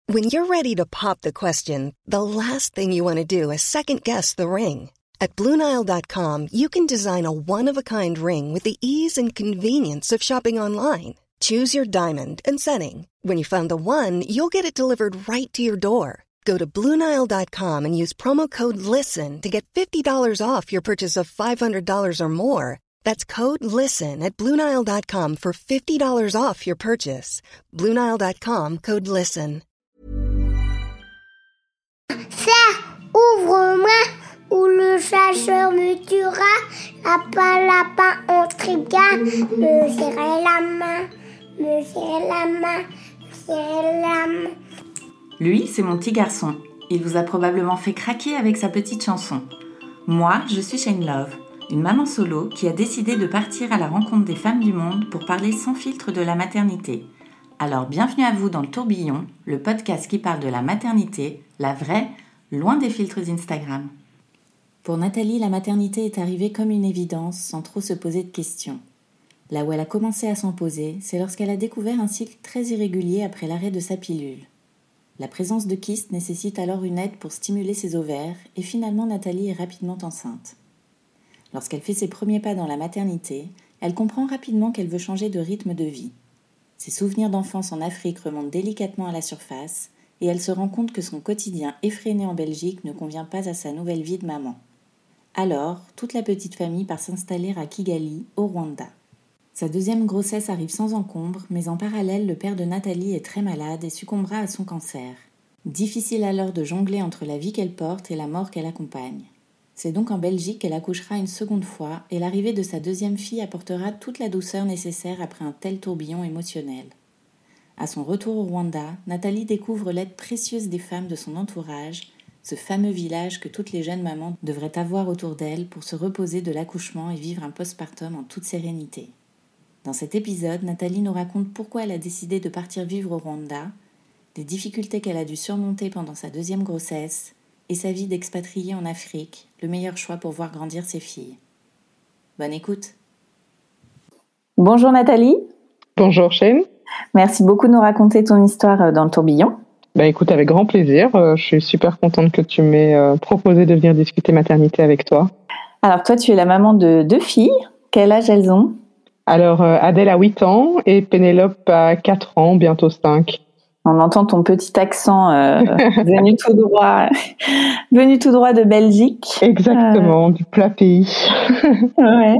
When you're ready to pop the question, the last thing you want to do is second-guess the ring. At BlueNile.com, you can design a one-of-a-kind ring with the ease and convenience of shopping online. Choose your diamond and setting. When you find the one, you'll get it delivered right to your door. Go to BlueNile.com and use promo code LISTEN to get $50 off your purchase of $500 or more. That's code LISTEN at BlueNile.com for $50 off your purchase. BlueNile.com, code LISTEN. Serre, ouvre-moi, ou le chasseur me tuera. Lapin, on me serrer la main, me serrer la main, me serrer la main. Lui, c'est mon petit garçon. Il vous a probablement fait craquer avec sa petite chanson. Moi, je suis Shane Love, une maman solo qui a décidé de partir à la rencontre des femmes du monde pour parler sans filtre de la maternité. Alors bienvenue à vous dans le Tourbillon, le podcast qui parle de la maternité, la vraie, loin des filtres Instagram. Pour Nathalie, la maternité est arrivée comme une évidence, sans trop se poser de questions. Là où elle a commencé à s'en poser, c'est lorsqu'elle a découvert un cycle très irrégulier après l'arrêt de sa pilule. La présence de kystes nécessite alors une aide pour stimuler ses ovaires et finalement Nathalie est rapidement enceinte. Lorsqu'elle fait ses premiers pas dans la maternité, elle comprend rapidement qu'elle veut changer de rythme de vie. Ses souvenirs d'enfance en Afrique remontent délicatement à la surface et elle se rend compte que son quotidien effréné en Belgique ne convient pas à sa nouvelle vie de maman. Alors, toute la petite famille part s'installer à Kigali, au Rwanda. Sa deuxième grossesse arrive sans encombre, mais en parallèle, le père de Nathalie est très malade et succombera à son cancer. Difficile alors de jongler entre la vie qu'elle porte et la mort qu'elle accompagne. C'est donc en Belgique qu'elle accouchera une seconde fois et l'arrivée de sa deuxième fille apportera toute la douceur nécessaire après un tel tourbillon émotionnel. À son retour au Rwanda, Nathalie découvre l'aide précieuse des femmes de son entourage, ce fameux village que toutes les jeunes mamans devraient avoir autour d'elles pour se reposer de l'accouchement et vivre un postpartum en toute sérénité. Dans cet épisode, Nathalie nous raconte pourquoi elle a décidé de partir vivre au Rwanda, les difficultés qu'elle a dû surmonter pendant sa deuxième grossesse et sa vie d'expatriée en Afrique, le meilleur choix pour voir grandir ses filles. Bonne écoute. Bonjour Nathalie. Bonjour Shane. Merci beaucoup de nous raconter ton histoire dans le tourbillon. Écoute, avec grand plaisir. Je suis super contente que tu m'aies proposé de venir discuter maternité avec toi. Alors toi, tu es la maman de 2 filles. Quel âge elles ont ? Alors, Adèle a 8 ans et Pénélope a 4 ans, bientôt 5. On entend ton petit accent venu tout droit de Belgique. Exactement, du plat pays. Ouais.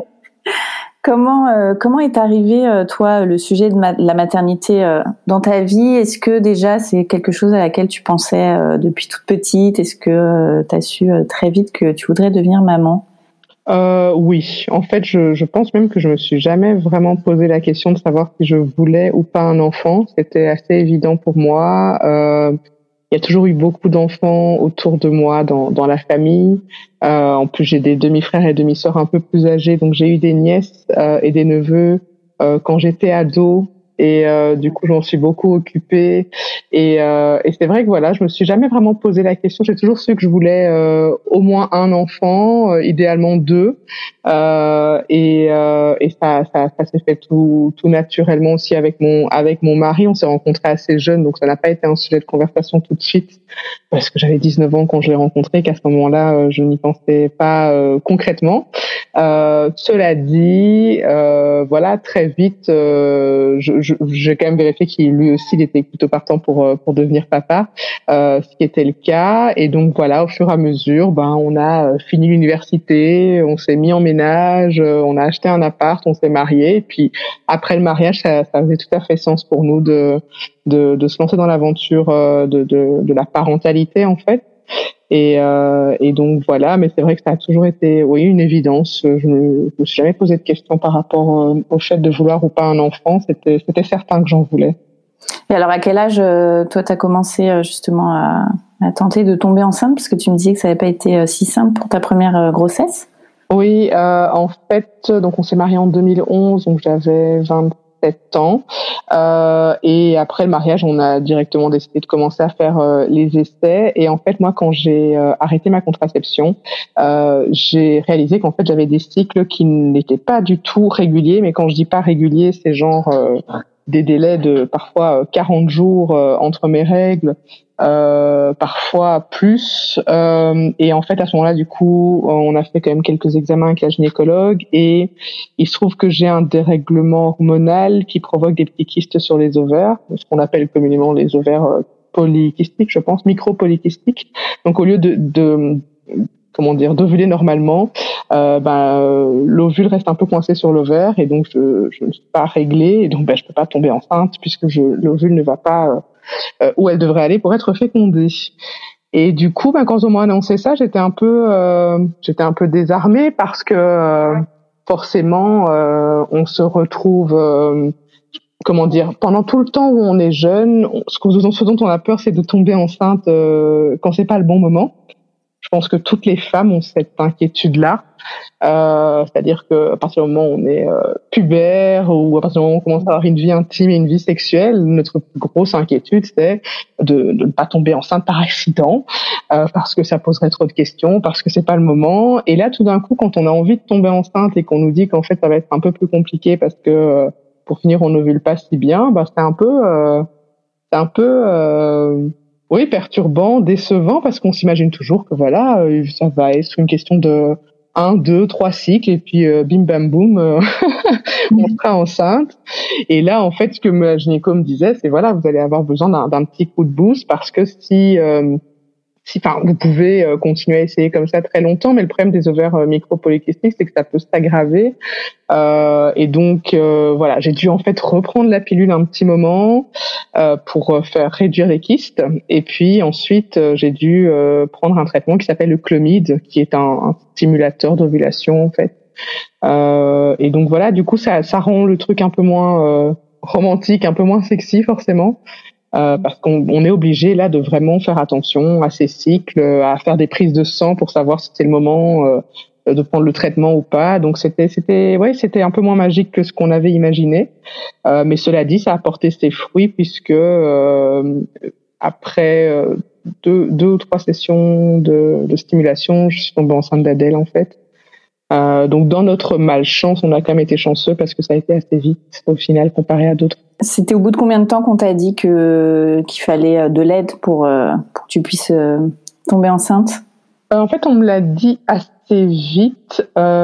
Comment est arrivé, toi, le sujet de la maternité dans ta vie ? Est-ce que déjà c'est quelque chose à laquelle tu pensais depuis toute petite ? Est-ce que tu as su très vite que tu voudrais devenir maman ? Oui, en fait, je pense même que je me suis jamais vraiment posé la question de savoir si je voulais ou pas un enfant. C'était assez évident pour moi. Il y a toujours eu beaucoup d'enfants autour de moi dans la famille. En plus, j'ai des demi-frères et demi-sœurs un peu plus âgés, donc j'ai eu des nièces et des neveux quand j'étais ado. Et du coup, je m'en suis beaucoup occupée. Et c'est vrai que voilà, je me suis jamais vraiment posé la question. J'ai toujours su que je voulais au moins un enfant, idéalement 2. Et ça s'est fait tout naturellement aussi avec mon mari. On s'est rencontrés assez jeunes, donc ça n'a pas été un sujet de conversation tout de suite parce que j'avais 19 ans quand je l'ai rencontré, qu'à ce moment-là, je n'y pensais pas concrètement. Cela dit, voilà, très vite, j'ai quand même vérifié qu'il lui aussi il était plutôt partant pour devenir papa, ce qui était le cas. Et donc voilà, au fur et à mesure, on a fini l'université, on s'est mis en ménage, on a acheté un appart, on s'est mariés. Et puis après le mariage, ça faisait tout à fait sens pour nous de se lancer dans l'aventure de la parentalité en fait. Et donc voilà, mais c'est vrai que ça a toujours été, oui, une évidence. Je me suis jamais posé de questions par rapport au fait de vouloir ou pas un enfant. C'était certain que j'en voulais. Et alors, à quel âge, toi, t'as commencé justement à tenter de tomber enceinte, parce que tu me disais que ça n'avait pas été si simple pour ta première grossesse? Oui, en fait, donc on s'est mariés en 2011, donc j'avais 27 ans. Et après le mariage, on a directement décidé de commencer à faire les essais. Et en fait, moi, quand j'ai arrêté ma contraception, j'ai réalisé qu'en fait, j'avais des cycles qui n'étaient pas du tout réguliers. Mais quand je dis pas réguliers, c'est genre des délais de parfois 40 jours entre mes règles, parfois plus. Et en fait, à ce moment-là, du coup, on a fait quand même quelques examens avec la gynécologue et il se trouve que j'ai un dérèglement hormonal qui provoque des petits kystes sur les ovaires, ce qu'on appelle communément les ovaires polykystiques, je pense, micro-polykystiques. Donc, au lieu d'ovuler normalement, l'ovule reste un peu coincé sur l'ovaire et donc je ne suis pas réglée et donc je peux pas tomber enceinte puisque l'ovule ne va pas où elle devrait aller pour être fécondée. Et du coup, quand on m'a annoncé ça, j'étais un peu désarmée parce que forcément on se retrouve pendant tout le temps où on est jeune, ce dont on a peur, c'est de tomber enceinte quand c'est pas le bon moment. Je pense que toutes les femmes ont cette inquiétude-là, c'est-à-dire que à partir du moment où on est pubère ou à partir du moment où on commence à avoir une vie intime et une vie sexuelle, notre plus grosse inquiétude, c'est de ne pas tomber enceinte par accident, parce que ça poserait trop de questions, parce que c'est pas le moment. Et là, tout d'un coup, quand on a envie de tomber enceinte et qu'on nous dit qu'en fait ça va être un peu plus compliqué parce que pour finir on n'ovule pas si bien, c'est un peu oui, perturbant, décevant, parce qu'on s'imagine toujours que voilà, ça va être une question de 1, 2, 3 cycles, et puis bim bam boum, on sera enceinte. Et là, en fait, ce que la gynéco me disait, c'est voilà, vous allez avoir besoin d'un petit coup de boost, parce que vous pouvez continuer à essayer comme ça très longtemps, mais le problème des ovaires micro-polykystiques, c'est que ça peut s'aggraver. Et donc, voilà, j'ai dû en fait reprendre la pilule un petit moment pour faire réduire les kystes. Et puis ensuite, j'ai dû prendre un traitement qui s'appelle le Clomid, qui est un stimulateur d'ovulation en fait. Et donc voilà, du coup, ça rend le truc un peu moins romantique, un peu moins sexy forcément. Parce qu'on est obligé là de vraiment faire attention à ces cycles, à faire des prises de sang pour savoir si c'est le moment de prendre le traitement ou pas. Donc c'était un peu moins magique que ce qu'on avait imaginé. Mais cela dit, ça a porté ses fruits puisque après deux ou trois sessions de stimulation, je suis tombée enceinte d'Adèle en fait. Donc dans notre malchance, on a quand même été chanceux parce que ça a été assez vite au final comparé à d'autres. C'était au bout de combien de temps qu'on t'a dit qu'il fallait de l'aide pour que tu puisses tomber enceinte ? En fait, on me l'a dit assez vite.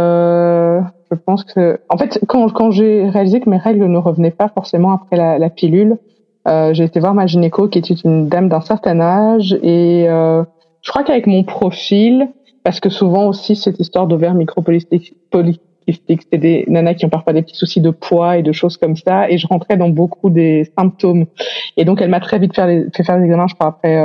Je pense que, en fait, quand j'ai réalisé que mes règles ne revenaient pas forcément après la pilule, j'ai été voir ma gynéco qui était une dame d'un certain âge et je crois qu'avec mon profil, parce que souvent aussi cette histoire d'ovaires micro-polykystiques, c'est des nanas qui ont parfois des petits soucis de poids et de choses comme ça, et je rentrais dans beaucoup des symptômes. Et donc elle m'a très vite fait faire les examens, je crois après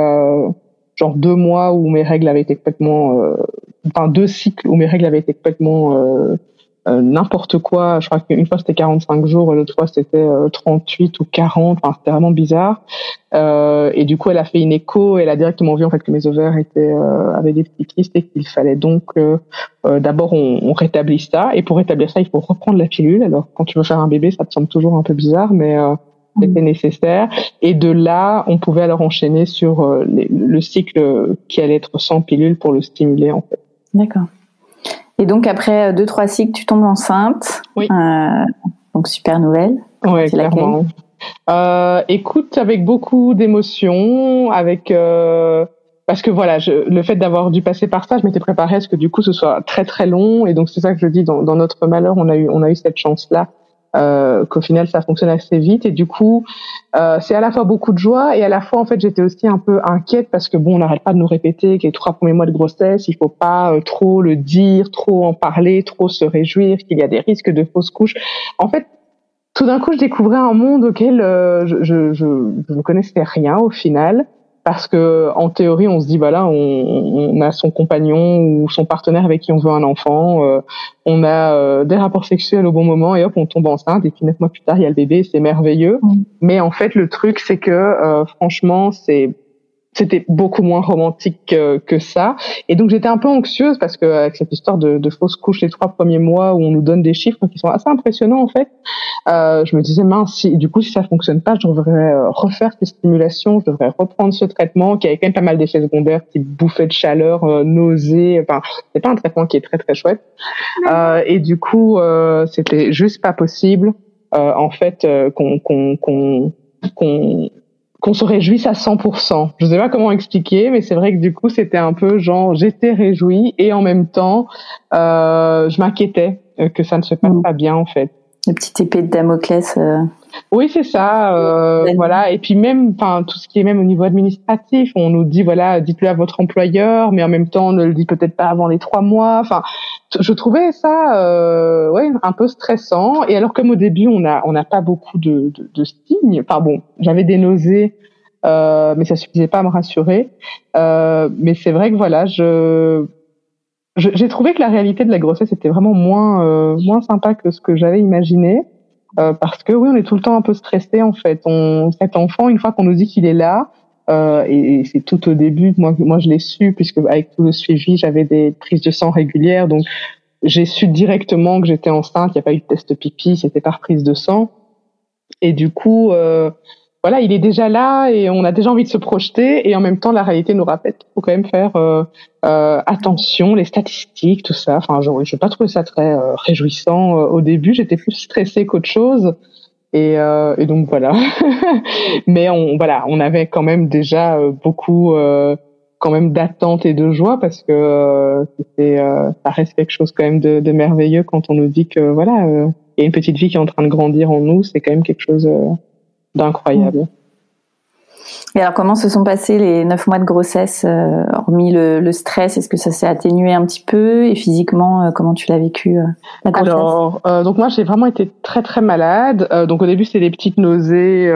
2 mois où mes règles avaient été complètement, 2 cycles où mes règles avaient été complètement n'importe quoi. Je crois qu'une fois c'était 45 jours, l'autre fois c'était 38 ou 40. Enfin, c'était vraiment bizarre. Et du coup, elle a fait une écho et elle a directement vu en fait que mes ovaires avaient des petits kystes et qu'il fallait donc d'abord on rétablisse ça. Et pour rétablir ça, il faut reprendre la pilule. Alors, quand tu veux faire un bébé, ça te semble toujours un peu bizarre, mais c'était nécessaire. Et de là, on pouvait alors enchaîner sur le cycle qui allait être sans pilule pour le stimuler en fait. D'accord. Et donc après 2-3 cycles, tu tombes enceinte. Oui. Donc super nouvelle. Ouais, clairement. Écoute, avec beaucoup d'émotions, parce que voilà, le fait d'avoir dû passer par ça, je m'étais préparée à ce que du coup ce soit très très long, et donc c'est ça que je dis dans notre malheur, on a eu cette chance-là. Qu'au final ça fonctionne assez vite et du coup c'est à la fois beaucoup de joie et à la fois en fait j'étais aussi un peu inquiète parce que on n'arrête pas de nous répéter que les 3 premiers mois de grossesse il faut pas trop le dire, trop en parler, trop se réjouir, qu'il y a des risques de fausses couches. En fait tout d'un coup je découvrais un monde auquel je ne connaissais rien au final. Parce que en théorie, on se dit là, on a son compagnon ou son partenaire avec qui on veut un enfant, on a des rapports sexuels au bon moment et hop, on tombe enceinte et puis 9 mois plus tard, il y a le bébé, c'est merveilleux. Mais en fait, le truc, c'est que franchement, c'était beaucoup moins romantique que ça. Et donc, j'étais un peu anxieuse parce que avec cette histoire de fausses couches les 3 premiers mois où on nous donne des chiffres qui sont assez impressionnants, en fait, je me disais, mince, si ça fonctionne pas, je devrais refaire ces stimulations, je devrais reprendre ce traitement qui avait quand même pas mal d'effets secondaires, type bouffée de chaleur, nausées, enfin, c'est pas un traitement qui est très, très chouette. Et du coup, c'était juste pas possible. en fait, qu'on se réjouisse à 100%. Je sais pas comment expliquer, mais c'est vrai que du coup, c'était un peu genre, j'étais réjouie et en même temps, je m'inquiétais que ça ne se passe pas bien, en fait. La petite épée de Damoclès. Oui, c'est ça, voilà. Et puis même, enfin, tout ce qui est même au niveau administratif, on nous dit, voilà, dites-le à votre employeur, mais en même temps, on ne le dit peut-être pas avant les 3 mois. Enfin, je trouvais ça, ouais, un peu stressant. Et alors comme au début, on n'a pas beaucoup de signes. Enfin bon, j'avais des nausées, mais ça suffisait pas à me rassurer. Mais c'est vrai que voilà, j'ai trouvé que la réalité de la grossesse était vraiment moins sympa que ce que j'avais imaginé. Parce que oui, on est tout le temps un peu stressé en fait. Cet enfant, une fois qu'on nous dit qu'il est là, et c'est tout au début, moi je l'ai su puisque avec tout le suivi, j'avais des prises de sang régulières, donc j'ai su directement que j'étais enceinte. Il n'y a pas eu de test pipi, c'était par prise de sang. Et du coup, voilà, il est déjà là et on a déjà envie de se projeter. Et en même temps, la réalité nous rappelle qu'il faut quand même faire attention, les statistiques, tout ça. Enfin, je n'ai pas trouvé ça très réjouissant au début. J'étais plus stressée qu'autre chose. Et donc voilà. Mais on avait quand même déjà beaucoup quand même d'attente et de joie parce que ça reste quelque chose quand même de merveilleux quand on nous dit que voilà, il y a une petite vie qui est en train de grandir en nous. C'est quand même quelque chose d'incroyable. Et alors, comment se sont passés les 9 mois de grossesse, hormis le stress? Est-ce que ça s'est atténué un petit peu? Et physiquement, comment tu l'as vécu, la grossesse? Alors, donc moi, j'ai vraiment été très, très malade. Donc au début, c'est des petites nausées,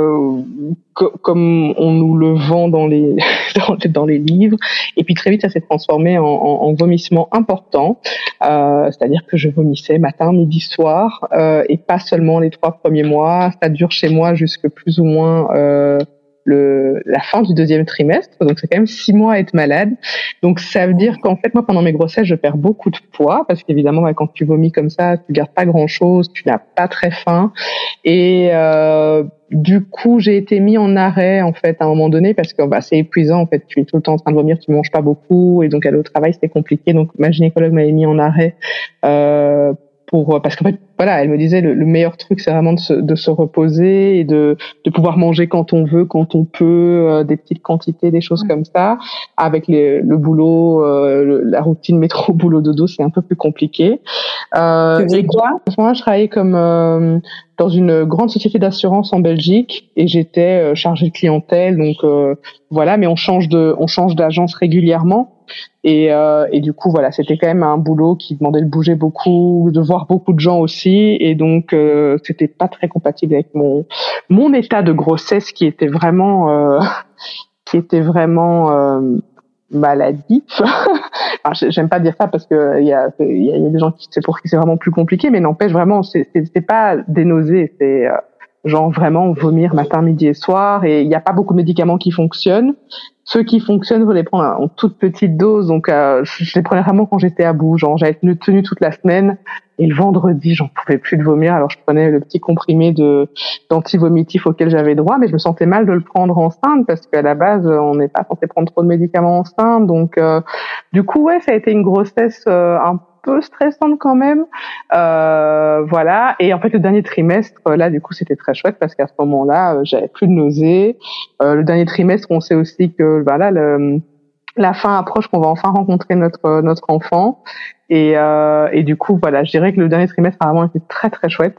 comme on nous le vend dans les, dans les livres. Et puis très vite, ça s'est transformé en vomissement important. C'est-à-dire que je vomissais matin, midi, soir, et pas seulement les 3 premiers mois. Ça dure chez moi jusque plus ou moins, la fin du 2e trimestre, donc c'est quand même 6 mois à être malade. Donc ça veut dire qu'en fait moi pendant mes grossesses je perds beaucoup de poids parce qu'évidemment quand tu vomis comme ça tu gardes pas grand chose, tu n'as pas très faim et du coup j'ai été mis en arrêt en fait à un moment donné parce que c'est épuisant en fait, tu es tout le temps en train de vomir, tu manges pas beaucoup et donc aller au travail c'était compliqué, donc ma gynécologue m'avait mis en arrêt parce qu'en fait voilà, elle me disait le meilleur truc c'est vraiment de se reposer et de pouvoir manger quand on veut, quand on peut, des petites quantités, des choses comme ça. Avec le boulot, la routine métro boulot dodo, c'est un peu plus compliqué. Tu faisais quoi? Moi, je travaillais comme dans une grande société d'assurance en Belgique et j'étais chargée de clientèle, donc voilà, mais on change d'agence régulièrement. Et du coup voilà, c'était quand même un boulot qui demandait de bouger beaucoup, de voir beaucoup de gens aussi, et donc c'était pas très compatible avec mon état de grossesse qui était vraiment maladif. Enfin, j'aime pas dire ça parce que il y a des gens pour qui c'est vraiment plus compliqué, mais n'empêche vraiment c'est pas des nausées, c'est genre vraiment vomir matin, midi et soir, et il y a pas beaucoup de médicaments qui fonctionnent. Ceux qui fonctionnent, faut les prendre en toute petite dose, donc je les prenais vraiment quand j'étais à bout, genre j'avais tenu toute la semaine, et le vendredi j'en pouvais plus de vomir, alors je prenais le petit comprimé d'anti-vomitif auquel j'avais droit, mais je me sentais mal de le prendre enceinte, parce qu'à la base on n'est pas censé prendre trop de médicaments enceinte, donc du coup ouais, ça a été une grossesse un peu stressante quand même, voilà. Et en fait le dernier trimestre là du coup c'était très chouette parce qu'à ce moment-là j'avais plus de nausées. Le dernier trimestre on sait aussi que la fin approche, qu'on va enfin rencontrer notre enfant, et du coup voilà, je dirais que le dernier trimestre a vraiment été très très chouette.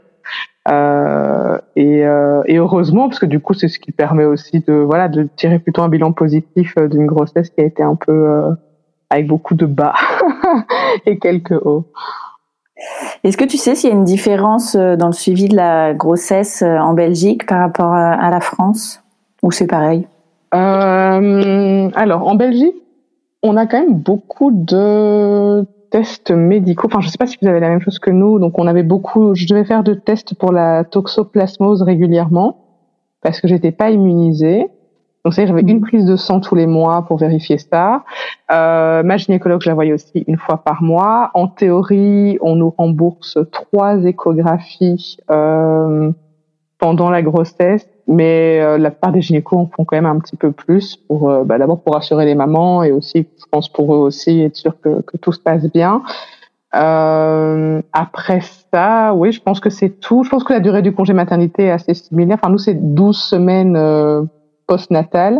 Et heureusement, parce que du coup c'est ce qui permet aussi de tirer plutôt un bilan positif d'une grossesse qui a été un peu avec beaucoup de bas et quelques hauts. Est-ce que tu sais s'il y a une différence dans le suivi de la grossesse en Belgique par rapport à la France, ou c'est pareil? Alors en Belgique, on a quand même beaucoup de tests médicaux. Enfin, je sais pas si vous avez la même chose que nous. Donc je devais faire de tests pour la toxoplasmose régulièrement parce que j'étais pas immunisée. Donc, c'est-à-dire, j'avais une prise de sang tous les mois pour vérifier ça. Ma gynécologue, je la voyais aussi une fois par mois. En théorie, on nous rembourse 3 échographies pendant la grossesse, mais la plupart des gynécos en font quand même un petit peu plus pour d'abord pour rassurer les mamans et aussi, je pense, pour eux aussi être sûr que tout se passe bien. Après ça, oui, je pense que c'est tout. Je pense que la durée du congé maternité est assez similaire. Enfin, nous, c'est 12 semaines postnatales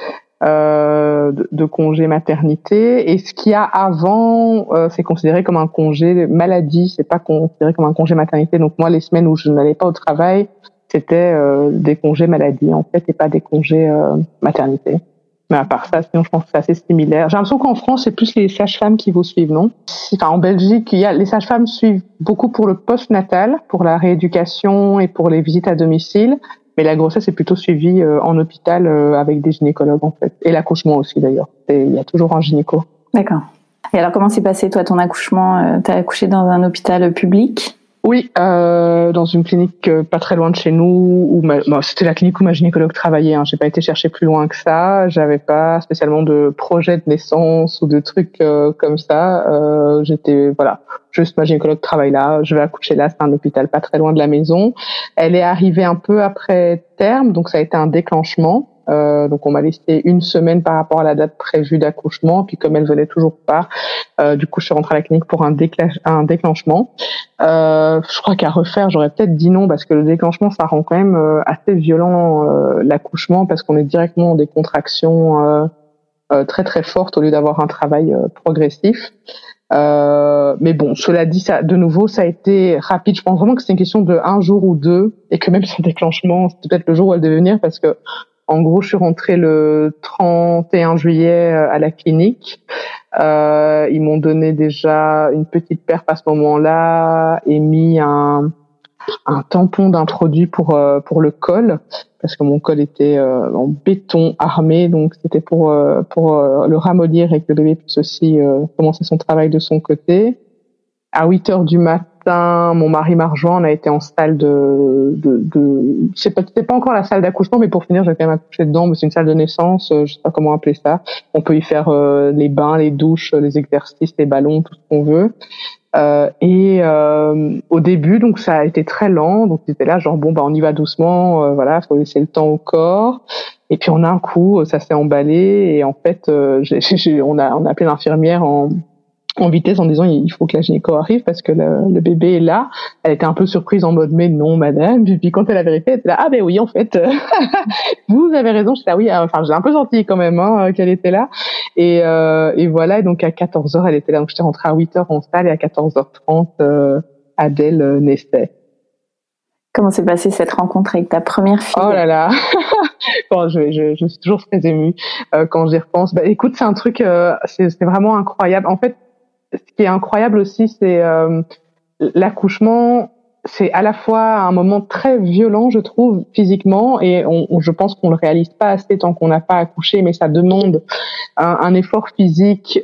de congé maternité. Et ce qu'il y a avant, c'est considéré comme un congé maladie. C'est pas considéré comme un congé maternité. Donc moi, les semaines où je n'allais pas au travail, c'était des congés maladie en fait, et pas des congés maternité. Mais à part ça, sinon je pense que c'est assez similaire. J'ai l'impression qu'en France, c'est plus les sages-femmes qui vous suivent, non? Enfin, en Belgique, les sages-femmes suivent beaucoup pour le post-natal, pour la rééducation et pour les visites à domicile. Mais la grossesse est plutôt suivie en hôpital avec des gynécologues en fait, et l'accouchement aussi d'ailleurs. Il y a toujours un gynéco. D'accord. Et alors comment s'est passé toi ton accouchement? T'as accouché dans un hôpital public? Oui, dans une clinique pas très loin de chez nous. C'était la clinique où ma gynécologue travaillait. Hein. J'ai pas été chercher plus loin que ça. J'avais pas spécialement de projet de naissance ou de trucs comme ça. Juste ma gynécologue travaille là. Je vais accoucher là. C'est un hôpital pas très loin de la maison. Elle est arrivée un peu après terme, donc ça a été un déclenchement. Donc on m'a laissé une semaine par rapport à la date prévue d'accouchement, puis comme elle venait toujours pas, du coup je suis rentrée à la clinique pour un déclenchement. Je crois qu'à refaire j'aurais peut-être dit non, parce que le déclenchement ça rend quand même assez violent l'accouchement, parce qu'on est directement dans des contractions très très fortes au lieu d'avoir un travail progressif. Mais bon, cela dit, ça, de nouveau, ça a été rapide. Je pense vraiment que c'est une question de un jour ou deux, et que même son déclenchement, c'était peut-être le jour où elle devait venir, parce que en gros, je suis rentrée le 31 juillet à la clinique. Ils m'ont donné déjà une petite perf à ce moment-là et mis un tampon d'un produit pour le col, parce que mon col était en béton armé, donc c'était pour le ramollir et que le bébé puisse aussi commencer son travail de son côté. À 8h du matin, mon mari m'a rejoint, on a été en salle c'était pas encore la salle d'accouchement, mais pour finir, j'ai quand même accouché dedans, mais c'est une salle de naissance, je sais pas comment appeler ça. On peut y faire les bains, les douches, les exercices, les ballons, tout ce qu'on veut. Au début, donc ça a été très lent, donc c'était là genre on y va doucement, voilà, faut laisser le temps au corps. Et puis on a un coup, ça s'est emballé, et en fait, on a appelé l'infirmière en vitesse en disant il faut que la gynéco arrive parce que le bébé est là. Elle était un peu surprise en mode mais non madame. Puis quand elle a vérifié, elle était là oui en fait vous avez raison. Je dis oui, enfin j'ai un peu senti quand même qu'elle était là, et voilà. Et donc à 14h elle était là, donc j'étais rentrée à 8h en salle, et à 14h30 Adèle naissait. Comment s'est passée cette rencontre avec ta première fille? Oh là là. Bon, je suis toujours très émue quand j'y repense. Écoute, c'est un truc, c'est vraiment incroyable. En fait, ce qui est incroyable aussi, c'est l'accouchement. C'est à la fois un moment très violent, je trouve, physiquement, et je pense qu'on le réalise pas assez tant qu'on n'a pas accouché, mais ça demande un effort physique,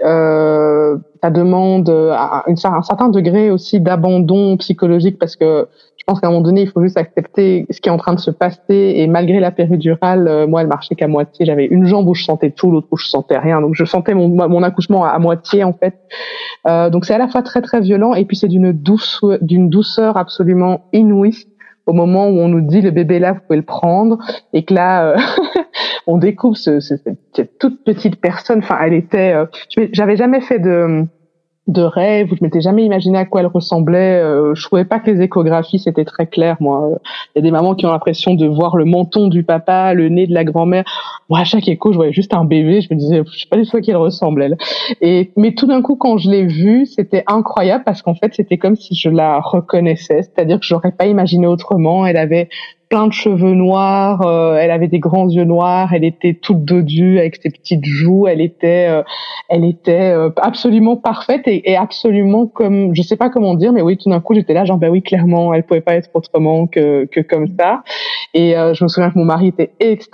ça demande un certain degré aussi d'abandon psychologique, parce que je pense qu'à un moment donné, il faut juste accepter ce qui est en train de se passer, et malgré la péridurale, moi, elle marchait qu'à moitié. J'avais une jambe où je sentais tout, l'autre où je sentais rien. Donc, je sentais mon accouchement à moitié, en fait. Donc, c'est à la fois très, très violent, et puis c'est d'une douceur absolument inouïe au moment où on nous dit le bébé là, vous pouvez le prendre, et que là, on découvre cette toute petite personne. Enfin, elle était, j'avais jamais fait de rêve, où je m'étais jamais imaginé à quoi elle ressemblait. Je trouvais pas que les échographies c'était très clair. Moi, il y a des mamans qui ont l'impression de voir le menton du papa, le nez de la grand-mère. Moi, à chaque écho, je voyais juste un bébé. Je me disais, je sais pas du tout à qui elle ressemble elle. Mais tout d'un coup, quand je l'ai vue, c'était incroyable, parce qu'en fait, c'était comme si je la reconnaissais. C'est-à-dire que j'aurais pas imaginé autrement. Elle avait plein de cheveux noirs, elle avait des grands yeux noirs, elle était toute dodue avec ses petites joues, elle était absolument parfaite, et absolument comme, je sais pas comment dire, mais oui, tout d'un coup j'étais là genre oui, clairement elle pouvait pas être autrement que comme ça. Et je me souviens que mon mari était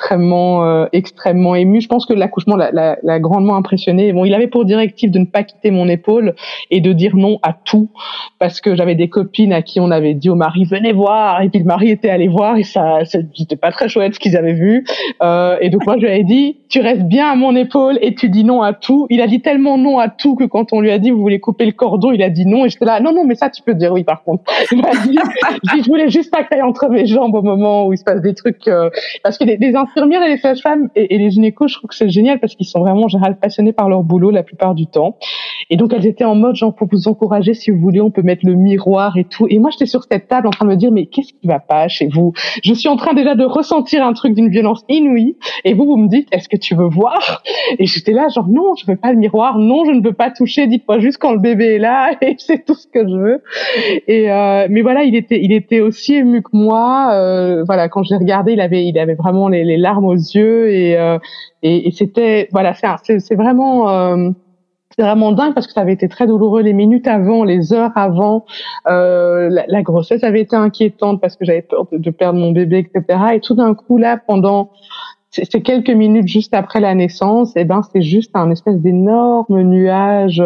extrêmement ému. Je pense que l'accouchement l'a grandement impressionné. Bon, il avait pour directive de ne pas quitter mon épaule et de dire non à tout, parce que j'avais des copines à qui on avait dit au mari venez voir, et puis le mari était allé voir, et c'était pas très chouette ce qu'ils avaient vu. Et donc moi je lui ai dit, tu restes bien à mon épaule et tu dis non à tout. Il a dit tellement non à tout que quand on lui a dit, vous voulez couper le cordon, il a dit non. Et j'étais là, non, mais ça tu peux dire oui par contre. Il m'a dit, je voulais juste pas que t'ailles entre mes jambes au moment où il se passe des trucs. Parce que les infirmières et les sages-femmes et les gynécos, je trouve que c'est génial parce qu'ils sont vraiment en général passionnés par leur boulot la plupart du temps. Et donc elles étaient en mode genre pour vous encourager, si vous voulez, on peut mettre le miroir et tout. Et moi j'étais sur cette table en train de me dire mais qu'est-ce qui va pas chez vous? Je suis en train déjà de ressentir un truc d'une violence inouïe. Et vous me dites est-ce que tu veux voir? Et j'étais là genre non, je veux pas le miroir, non, je ne veux pas toucher. Dites-moi juste quand le bébé est là et c'est tout ce que je veux. Et mais voilà, il était aussi ému que moi. Voilà, quand je l'ai regardé, il avait vraiment les larmes aux yeux et c'était voilà, c'est vraiment. C'est vraiment dingue parce que ça avait été très douloureux les minutes avant, les heures avant. La grossesse avait été inquiétante parce que j'avais peur de perdre mon bébé, etc. Et tout d'un coup, là, pendant ces quelques minutes juste après la naissance, c'est juste un espèce d'énorme nuage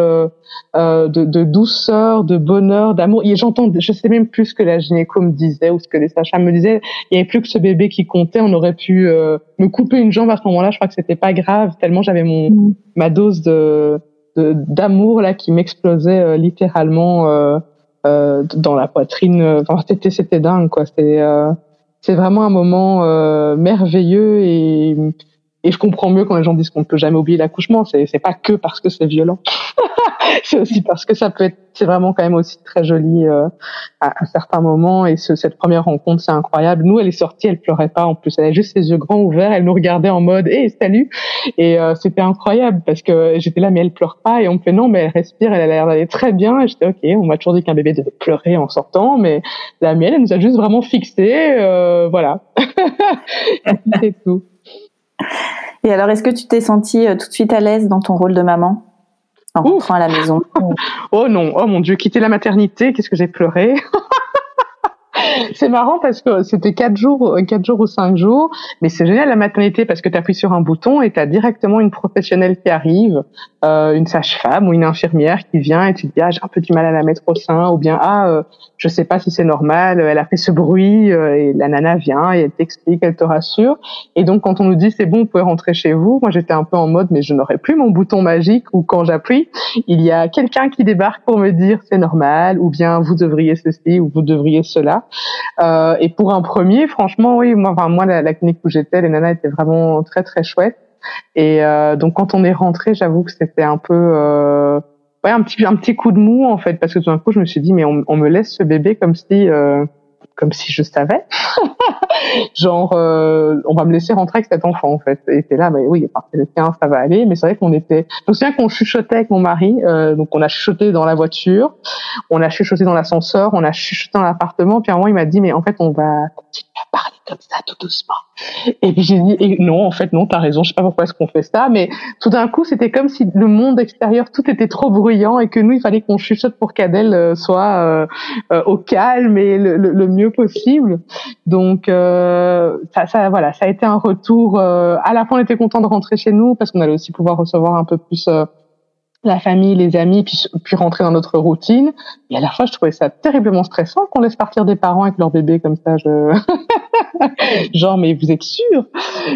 de douceur, de bonheur, d'amour. Et je sais même plus ce que la gynéco me disait ou ce que les sages-femmes me disaient. Il y avait plus que ce bébé qui comptait. On aurait pu me couper une jambe à ce moment-là. Je crois que c'était pas grave tellement j'avais ma dose d'amour là qui m'explosait littéralement dans la poitrine. Enfin, c'était dingue quoi. C'est vraiment un moment merveilleux et je comprends mieux quand les gens disent qu'on ne peut jamais oublier l'accouchement. C'est pas que parce que c'est violent. C'est aussi parce que c'est vraiment quand même aussi très joli à certains moments. Et cette première rencontre, c'est incroyable. Nous, elle est sortie, elle pleurait pas en plus. Elle avait juste ses yeux grands ouverts. Elle nous regardait en mode hey, salut. Et c'était incroyable parce que j'étais là, mais elle pleure pas. Et on me fait non, mais elle respire, elle a l'air d'aller très bien. Et j'étais ok, on m'a toujours dit qu'un bébé devait pleurer en sortant, mais la mienne, elle nous a juste vraiment fixé. Voilà. C'est tout. Et alors, est-ce que tu t'es sentie tout de suite à l'aise dans ton rôle de maman en rentrant à la maison? Oh non, oh mon Dieu, quitter la maternité, qu'est-ce que j'ai pleuré. C'est marrant parce que c'était 4 jours ou 5 jours, mais c'est génial la maternité parce que tu appuies sur un bouton et tu as directement une professionnelle qui arrive, une sage-femme ou une infirmière qui vient et tu te dis j'ai un peu du mal à la mettre au sein ou bien je sais pas si c'est normal, elle a fait ce bruit et la nana vient et elle t'explique, elle te rassure. Et donc quand on nous dit c'est bon, vous pouvez rentrer chez vous, moi j'étais un peu en mode mais je n'aurai plus mon bouton magique où quand j'appuie, il y a quelqu'un qui débarque pour me dire c'est normal ou bien vous devriez ceci ou vous devriez cela. Et pour un premier, franchement, oui, moi la clinique où j'étais, les nanas étaient vraiment très très chouettes. Et donc quand on est rentré, j'avoue que c'était un peu un petit coup de mou en fait, parce que tout d'un coup je me suis dit mais on me laisse ce bébé comme si je savais. Genre on va me laisser rentrer avec cet enfant en fait. Et t'es là mais oui, à partir de 15 ça va aller, mais c'est vrai je me souviens qu'on chuchotait avec mon mari, donc on a chuchoté dans la voiture, on a chuchoté dans l'ascenseur, on a chuchoté dans l'appartement, puis à un moment il m'a dit mais en fait on va continuer à parler comme ça tout doucement. Et puis j'ai dit non, en fait non, t'as raison, je sais pas pourquoi est-ce qu'on fait ça, mais tout d'un coup c'était comme si le monde extérieur tout était trop bruyant et que nous il fallait qu'on chuchote pour qu'Adèle soit au calme et le mieux possible. Donc ça voilà, ça a été un retour. À la fois on était content de rentrer chez nous parce qu'on allait aussi pouvoir recevoir un peu plus la famille, les amis, puis rentrer dans notre routine. Et à la fois, je trouvais ça terriblement stressant qu'on laisse partir des parents avec leur bébé comme ça. Genre, mais vous êtes sûrs?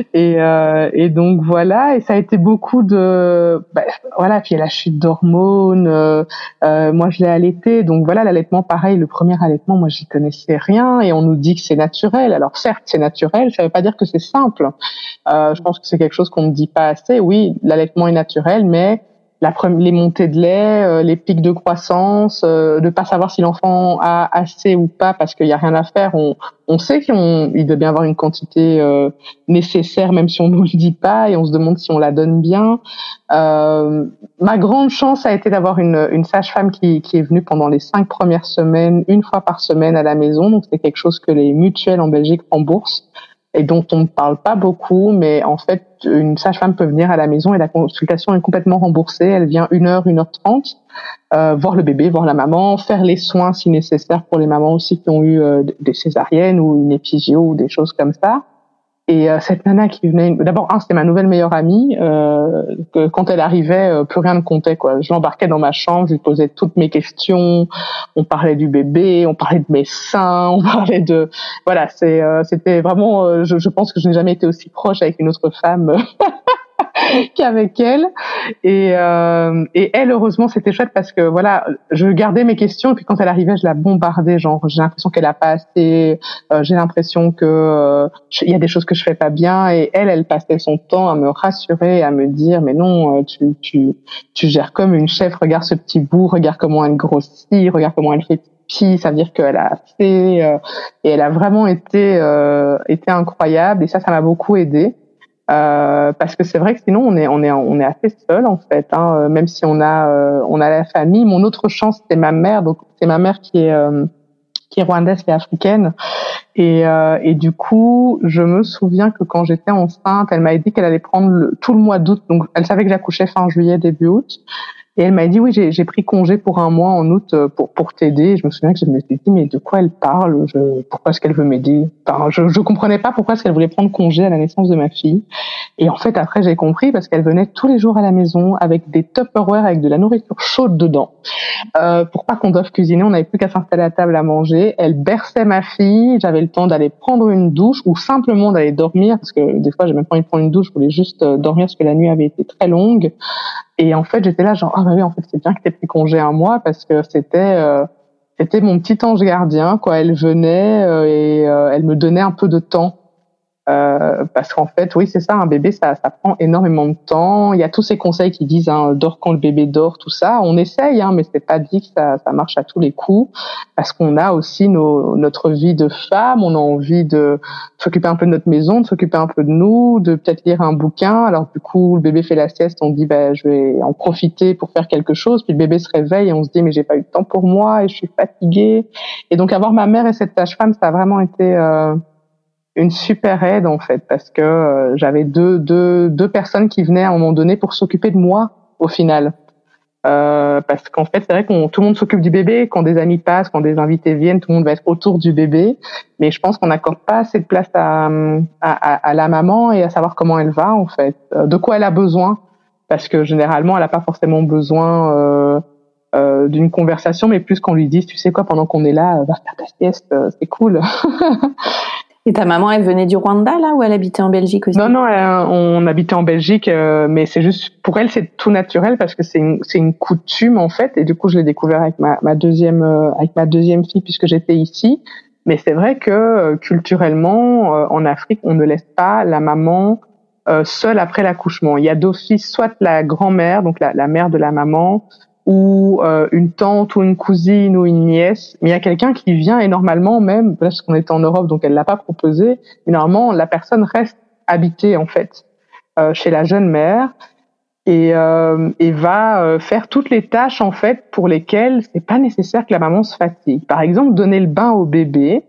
Et donc voilà. Et ça a été beaucoup de, voilà. Puis il y a la chute d'hormones. Moi, je l'ai allaité. Donc voilà, l'allaitement, pareil. Le premier allaitement, moi, j'y connaissais rien. Et on nous dit que c'est naturel. Alors certes, c'est naturel. Ça veut pas dire que c'est simple. Je pense que c'est quelque chose qu'on ne dit pas assez. Oui, l'allaitement est naturel, mais les montées de lait, les pics de croissance, de pas savoir si l'enfant a assez ou pas parce qu'il y a rien à faire. On sait il doit bien avoir une quantité nécessaire même si on nous le dit pas et on se demande si on la donne bien. Ma grande chance a été d'avoir une sage-femme qui est venue pendant les 5 premières semaines, une fois par semaine à la maison. Donc c'est quelque chose que les mutuelles en Belgique remboursent et dont on ne parle pas beaucoup, mais en fait, une sage-femme peut venir à la maison et la consultation est complètement remboursée. Elle vient 1h, 1h30, voir le bébé, voir la maman, faire les soins si nécessaire pour les mamans aussi qui ont eu des césariennes ou une épigio ou des choses comme ça. Et cette nana qui venait, d'abord c'était ma nouvelle meilleure amie, que quand elle arrivait, plus rien ne comptait quoi. Je l'embarquais dans ma chambre, je lui posais toutes mes questions, on parlait du bébé, on parlait de mes seins, on parlait de voilà, c'était vraiment je pense que je n'ai jamais été aussi proche avec une autre femme qu'avec elle. Et elle, heureusement, c'était chouette parce que voilà, je gardais mes questions et puis quand elle arrivait, je la bombardais. Genre, j'ai l'impression qu'elle a pas assez. J'ai l'impression que il y a des choses que je fais pas bien. Et elle passait son temps à me rassurer, à me dire, mais non, tu gères comme une chef. Regarde ce petit bout, regarde comment elle grossit, regarde comment elle fait pipi. Ça veut dire qu'elle a assez. Et elle a vraiment été incroyable. Et ça m'a beaucoup aidée. Parce que c'est vrai que sinon on est assez seul en fait, hein, même si on a la famille. Mon autre chance c'est ma mère, donc c'est ma mère qui est rwandaise et africaine, et du coup je me souviens que quand j'étais enceinte, elle m'a dit qu'elle allait prendre tout le mois d'août, donc elle savait que j'accouchais fin juillet début août. Et elle m'a dit oui, j'ai pris congé pour un mois en août pour t'aider. Je me souviens que je me suis dit mais de quoi elle parle, pourquoi est-ce qu'elle veut m'aider? Enfin, je comprenais pas pourquoi est-ce qu'elle voulait prendre congé à la naissance de ma fille. Et en fait après j'ai compris parce qu'elle venait tous les jours à la maison avec des Tupperware avec de la nourriture chaude dedans. Pour pas qu'on doive cuisiner, on n'avait plus qu'à s'installer à table à manger. Elle berçait ma fille, j'avais le temps d'aller prendre une douche ou simplement d'aller dormir parce que des fois j'ai même pas envie de prendre une douche, je voulais juste dormir parce que la nuit avait été très longue. Et en fait, j'étais là genre ah bah oui, en fait, c'est bien que t'aies pris congé un mois parce que c'était mon petit ange gardien quoi. Elle venait et elle me donnait un peu de temps. Parce qu'en fait, oui, c'est ça, un bébé, ça prend énormément de temps. Il y a tous ces conseils qui disent, hein, dors quand le bébé dort, tout ça. On essaye, hein, mais c'est pas dit que ça marche à tous les coups. Parce qu'on a aussi notre vie de femme. On a envie de s'occuper un peu de notre maison, de s'occuper un peu de nous, de peut-être lire un bouquin. Alors, du coup, le bébé fait la sieste. On dit, je vais en profiter pour faire quelque chose. Puis le bébé se réveille et on se dit, mais j'ai pas eu de temps pour moi et je suis fatiguée. Et donc, avoir ma mère et cette sage-femme, ça a vraiment été, une super aide en fait parce que j'avais deux personnes qui venaient à un moment donné pour s'occuper de moi au final parce qu'en fait c'est vrai tout le monde s'occupe du bébé quand des amis passent, quand des invités viennent, tout le monde va être autour du bébé, mais je pense qu'on n'accorde pas assez de place à la maman et à savoir comment elle va en fait, de quoi elle a besoin, parce que généralement elle a pas forcément besoin d'une conversation, mais plus qu'on lui dise tu sais quoi, pendant qu'on est là, va faire ta sieste, c'est cool. Et ta maman, elle venait du Rwanda, là, ou elle habitait en Belgique aussi? Non, on habitait en Belgique, mais c'est juste, pour elle, c'est tout naturel parce que c'est une coutume, en fait. Et du coup, je l'ai découvert avec ma deuxième fille puisque j'étais ici. Mais c'est vrai que, culturellement, en Afrique, on ne laisse pas la maman, seule après l'accouchement. Il y a d'office soit la grand-mère, donc la mère de la maman, ou une tante ou une cousine ou une nièce, mais il y a quelqu'un qui vient et normalement même, parce qu'on était en Europe donc elle l'a pas proposé, mais normalement la personne reste habitée en fait chez la jeune mère et va faire toutes les tâches en fait pour lesquelles c'est pas nécessaire que la maman se fatigue. Par exemple, donner le bain au bébé.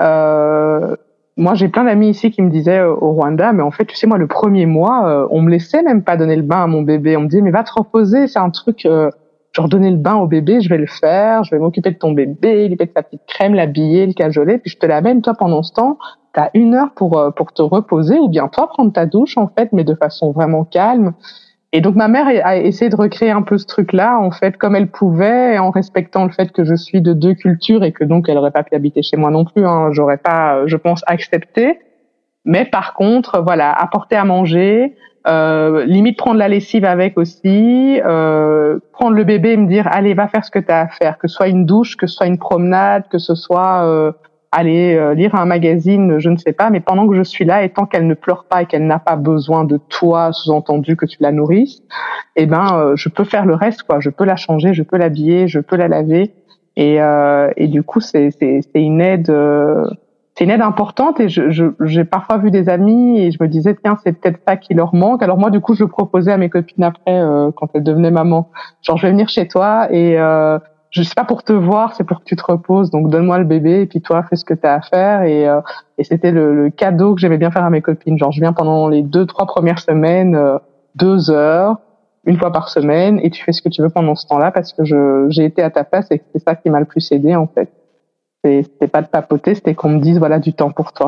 Moi, j'ai plein d'amis ici qui me disaient au Rwanda, mais en fait, tu sais, moi, le premier mois, on me laissait même pas donner le bain à mon bébé. On me disait, mais va te reposer, c'est un truc... genre donner le bain au bébé, je vais le faire, je vais m'occuper de ton bébé, lui mettre sa petite crème, l'habiller, le cajoler, puis je te l'amène, toi pendant ce temps, t'as 1 heure pour te reposer, ou bien toi prendre ta douche en fait, mais de façon vraiment calme. Et donc ma mère a essayé de recréer un peu ce truc-là en fait comme elle pouvait, en respectant le fait que je suis de 2 cultures et que donc elle aurait pas pu habiter chez moi non plus, hein, j'aurais pas, je pense, accepté. Mais par contre, voilà, apporter à manger, limite prendre la lessive avec aussi, prendre le bébé et me dire allez, va faire ce que tu as à faire, que ce soit une douche, que ce soit une promenade, que ce soit aller lire un magazine, je ne sais pas, mais pendant que je suis là et tant qu'elle ne pleure pas et qu'elle n'a pas besoin de toi, sous-entendu que tu la nourrisses, je peux faire le reste quoi, je peux la changer, je peux l'habiller, je peux la laver et du coup c'est une aide c'est une aide importante et j'ai parfois vu des amis et je me disais tiens c'est peut-être ça qui leur manque. Alors moi du coup je proposais à mes copines après quand elles devenaient maman, genre je vais venir chez toi et je sais pas pour te voir, c'est pour que tu te reposes, donc donne-moi le bébé et puis toi fais ce que tu as à faire et c'était le cadeau que j'aimais bien faire à mes copines, genre je viens pendant les 2-3 premières semaines 2 heures 1 fois par semaine et tu fais ce que tu veux pendant ce temps-là parce que j'ai été à ta place et c'est ça qui m'a le plus aidé en fait. C'était pas de papoter, c'était qu'on me dise voilà du temps pour toi.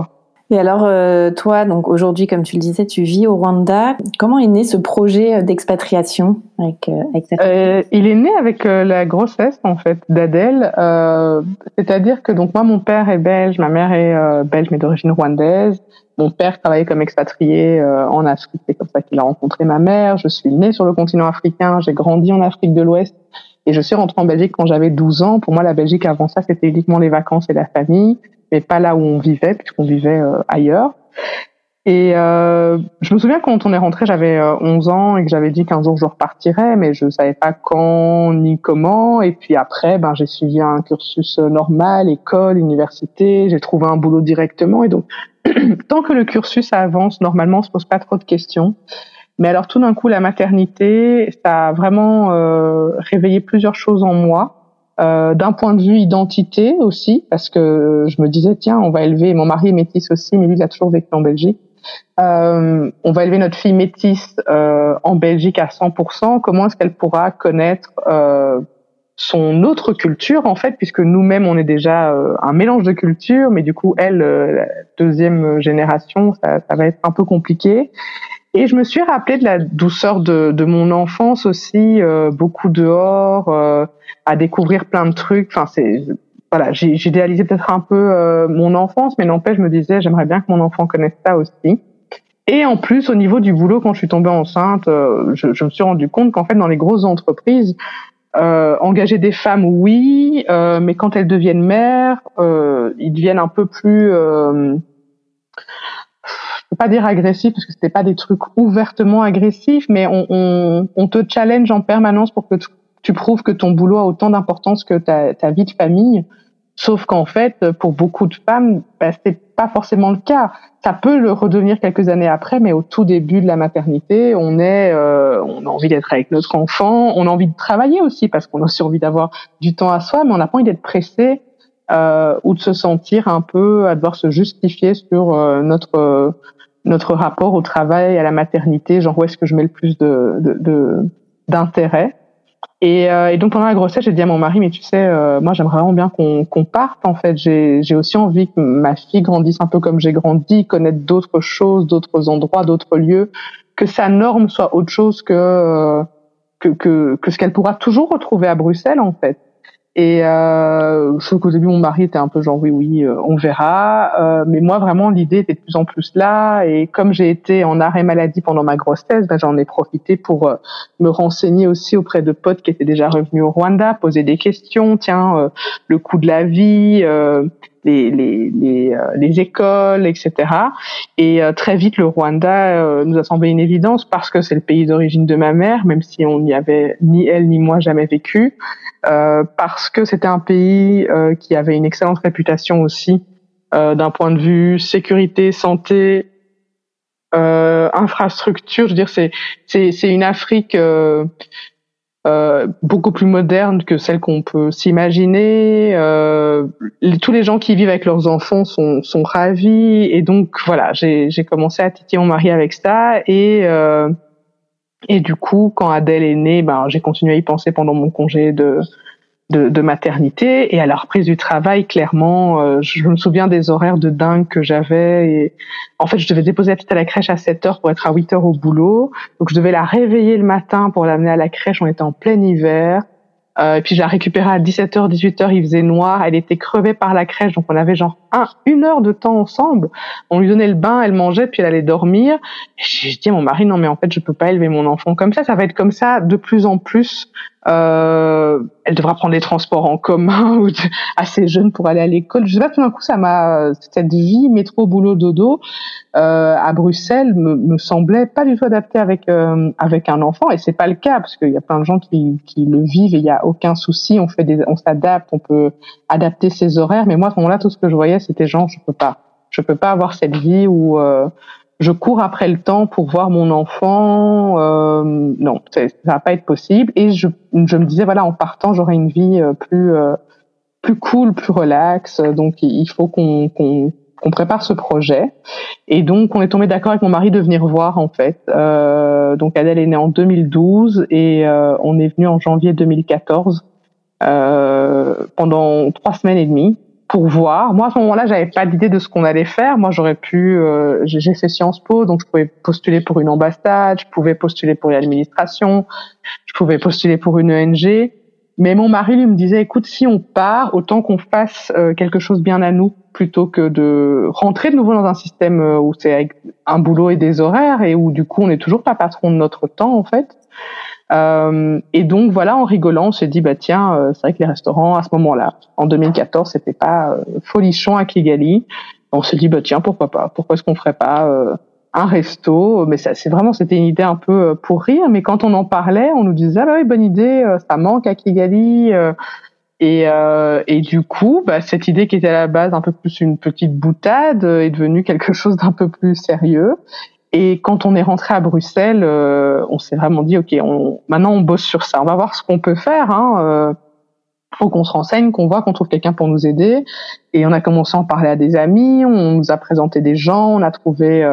Et alors, toi, donc aujourd'hui, comme tu le disais, tu vis au Rwanda. Comment est né ce projet d'expatriation avec ta famille ? Il est né avec la grossesse en fait d'Adèle. C'est-à-dire que donc moi, mon père est belge, ma mère est belge mais d'origine rwandaise. Mon père travaillait comme expatrié en Afrique. C'est comme ça qu'il a rencontré ma mère. Je suis née sur le continent africain. J'ai grandi en Afrique de l'Ouest. Et je suis rentrée en Belgique quand j'avais 12 ans. Pour moi, la Belgique, avant ça, c'était uniquement les vacances et la famille, mais pas là où on vivait, puisqu'on vivait ailleurs. Et je me souviens quand on est rentré, j'avais 11 ans et que j'avais dit qu'un jour je repartirais, mais je savais pas quand ni comment. Et puis après, j'ai suivi un cursus normal, école, université. J'ai trouvé un boulot directement. Et donc, tant que le cursus avance, normalement, on se pose pas trop de questions. Mais alors tout d'un coup, la maternité, ça a vraiment réveillé plusieurs choses en moi. D'un point de vue identité aussi, parce que je me disais, tiens, on va élever, mon mari est métis aussi, mais lui, il a toujours vécu en Belgique. On va élever notre fille métisse en Belgique à 100%. Comment est-ce qu'elle pourra connaître son autre culture, en fait, puisque nous-mêmes, on est déjà un mélange de cultures, mais du coup, elle, la deuxième génération, ça va être un peu compliqué. Et je me suis rappelé de la douceur de mon enfance aussi, beaucoup dehors, à découvrir plein de trucs. Enfin, j'ai idéalisé peut-être un peu mon enfance, mais n'empêche, je me disais, j'aimerais bien que mon enfant connaisse ça aussi. Et en plus, au niveau du boulot, quand je suis tombée enceinte, je me suis rendu compte qu'en fait, dans les grosses entreprises, engager des femmes, oui, mais quand elles deviennent mères, ils deviennent un peu plus... je peux pas dire agressif parce que c'était pas des trucs ouvertement agressifs, mais on te challenge en permanence pour que tu prouves que ton boulot a autant d'importance que ta vie de famille. Sauf qu'en fait, pour beaucoup de femmes, c'est pas forcément le cas. Ça peut le redevenir quelques années après, mais au tout début de la maternité, on a envie d'être avec notre enfant, on a envie de travailler aussi parce qu'on a aussi envie d'avoir du temps à soi, mais on n'a pas envie d'être pressé ou de se sentir un peu à devoir se justifier sur notre rapport au travail, à la maternité, genre où est-ce que je mets le plus d'intérêt. Et donc pendant la grossesse, j'ai dit à mon mari, mais tu sais, moi j'aimerais vraiment bien qu'on parte. En fait, j'ai aussi envie que ma fille grandisse un peu comme j'ai grandi, connaître d'autres choses, d'autres endroits, d'autres lieux, que sa norme soit autre chose que ce qu'elle pourra toujours retrouver à Bruxelles, en fait. Et je sais qu'au début mon mari était un peu genre oui on verra, mais moi vraiment l'idée était de plus en plus là, et comme j'ai été en arrêt maladie pendant ma grossesse, j'en ai profité pour me renseigner aussi auprès de potes qui étaient déjà revenus au Rwanda, poser des questions, le coût de la vie, les écoles, etc. Et très vite le Rwanda nous a semblé une évidence parce que c'est le pays d'origine de ma mère, même si on n'y avait ni elle ni moi jamais vécu. Parce que c'était un pays qui avait une excellente réputation aussi d'un point de vue sécurité, santé, infrastructure. Je veux dire, c'est une Afrique beaucoup plus moderne que celle qu'on peut s'imaginer. Tous les gens qui vivent avec leurs enfants sont ravis, et donc voilà, j'ai commencé à titiller mon mari avec ça, et du coup, quand Adèle est née, j'ai continué à y penser pendant mon congé de maternité, et à la reprise du travail, clairement, je me souviens des horaires de dingue que j'avais. Et en fait, je devais déposer la petite à la crèche à 7h pour être à 8h au boulot. Donc, je devais la réveiller le matin pour l'amener à la crèche. On était en plein hiver. Et puis, je la récupérais à 17h, 18h, il faisait noir. Elle était crevée par la crèche, donc on avait genre une heure de temps ensemble. On lui donnait le bain, elle mangeait, puis elle allait dormir. Et j'ai dit à mon mari, non mais en fait, je peux pas élever mon enfant comme ça va être comme ça de plus en plus. Elle devra prendre les transports en commun ou assez jeune pour aller à l'école. Je sais pas, tout d'un coup, cette vie métro boulot dodo à Bruxelles me semblait pas du tout adaptée avec un enfant, et c'est pas le cas parce qu'il y a plein de gens qui le vivent et il y a aucun souci. On s'adapte, on peut adapter ses horaires. Mais moi, à ce moment-là, tout ce que je voyais, c'était genre je peux pas avoir cette vie où je cours après le temps pour voir mon enfant. Non, ça va pas être possible. Et je me disais, voilà, en partant, j'aurai une vie plus cool, plus relaxe. Donc, il faut qu'on prépare ce projet. Et donc, on est tombé d'accord avec mon mari de venir voir, en fait. Donc, Adèle est née en 2012 et on est venu en janvier 2014 pendant 3 semaines et demie. pour voir. Moi, à ce moment-là, j'avais pas d'idée de ce qu'on allait faire. Moi, j'aurais pu, j'ai fait Sciences Po, donc je pouvais postuler pour une ambassade, je pouvais postuler pour l'administration, je pouvais postuler pour une ONG. Mais mon mari, lui, me disait, écoute, si on part, autant qu'on fasse quelque chose bien à nous, plutôt que de rentrer de nouveau dans un système où c'est avec un boulot et des horaires et où, du coup, on n'est toujours pas patron de notre temps, en fait. Et donc, voilà, en rigolant, on s'est dit, bah tiens, c'est vrai que les restaurants, à ce moment-là, en 2014, c'était pas folichon à Kigali. On s'est dit, bah tiens, pourquoi pas? Pourquoi est-ce qu'on ferait pas un resto? Mais ça, c'était une idée un peu pour rire. Mais quand on en parlait, on nous disait, ah bah oui, bonne idée, ça manque à Kigali. Et du coup, bah, cette idée qui était à la base un peu plus une petite boutade est devenue quelque chose d'un peu plus sérieux. Et quand on est rentré à Bruxelles, on s'est vraiment dit, ok, maintenant on bosse sur ça. On va voir ce qu'on peut faire. Faut qu'on se renseigne, qu'on voit, qu'on trouve quelqu'un pour nous aider. Et on a commencé à en parler à des amis. On nous a présenté des gens. On a trouvé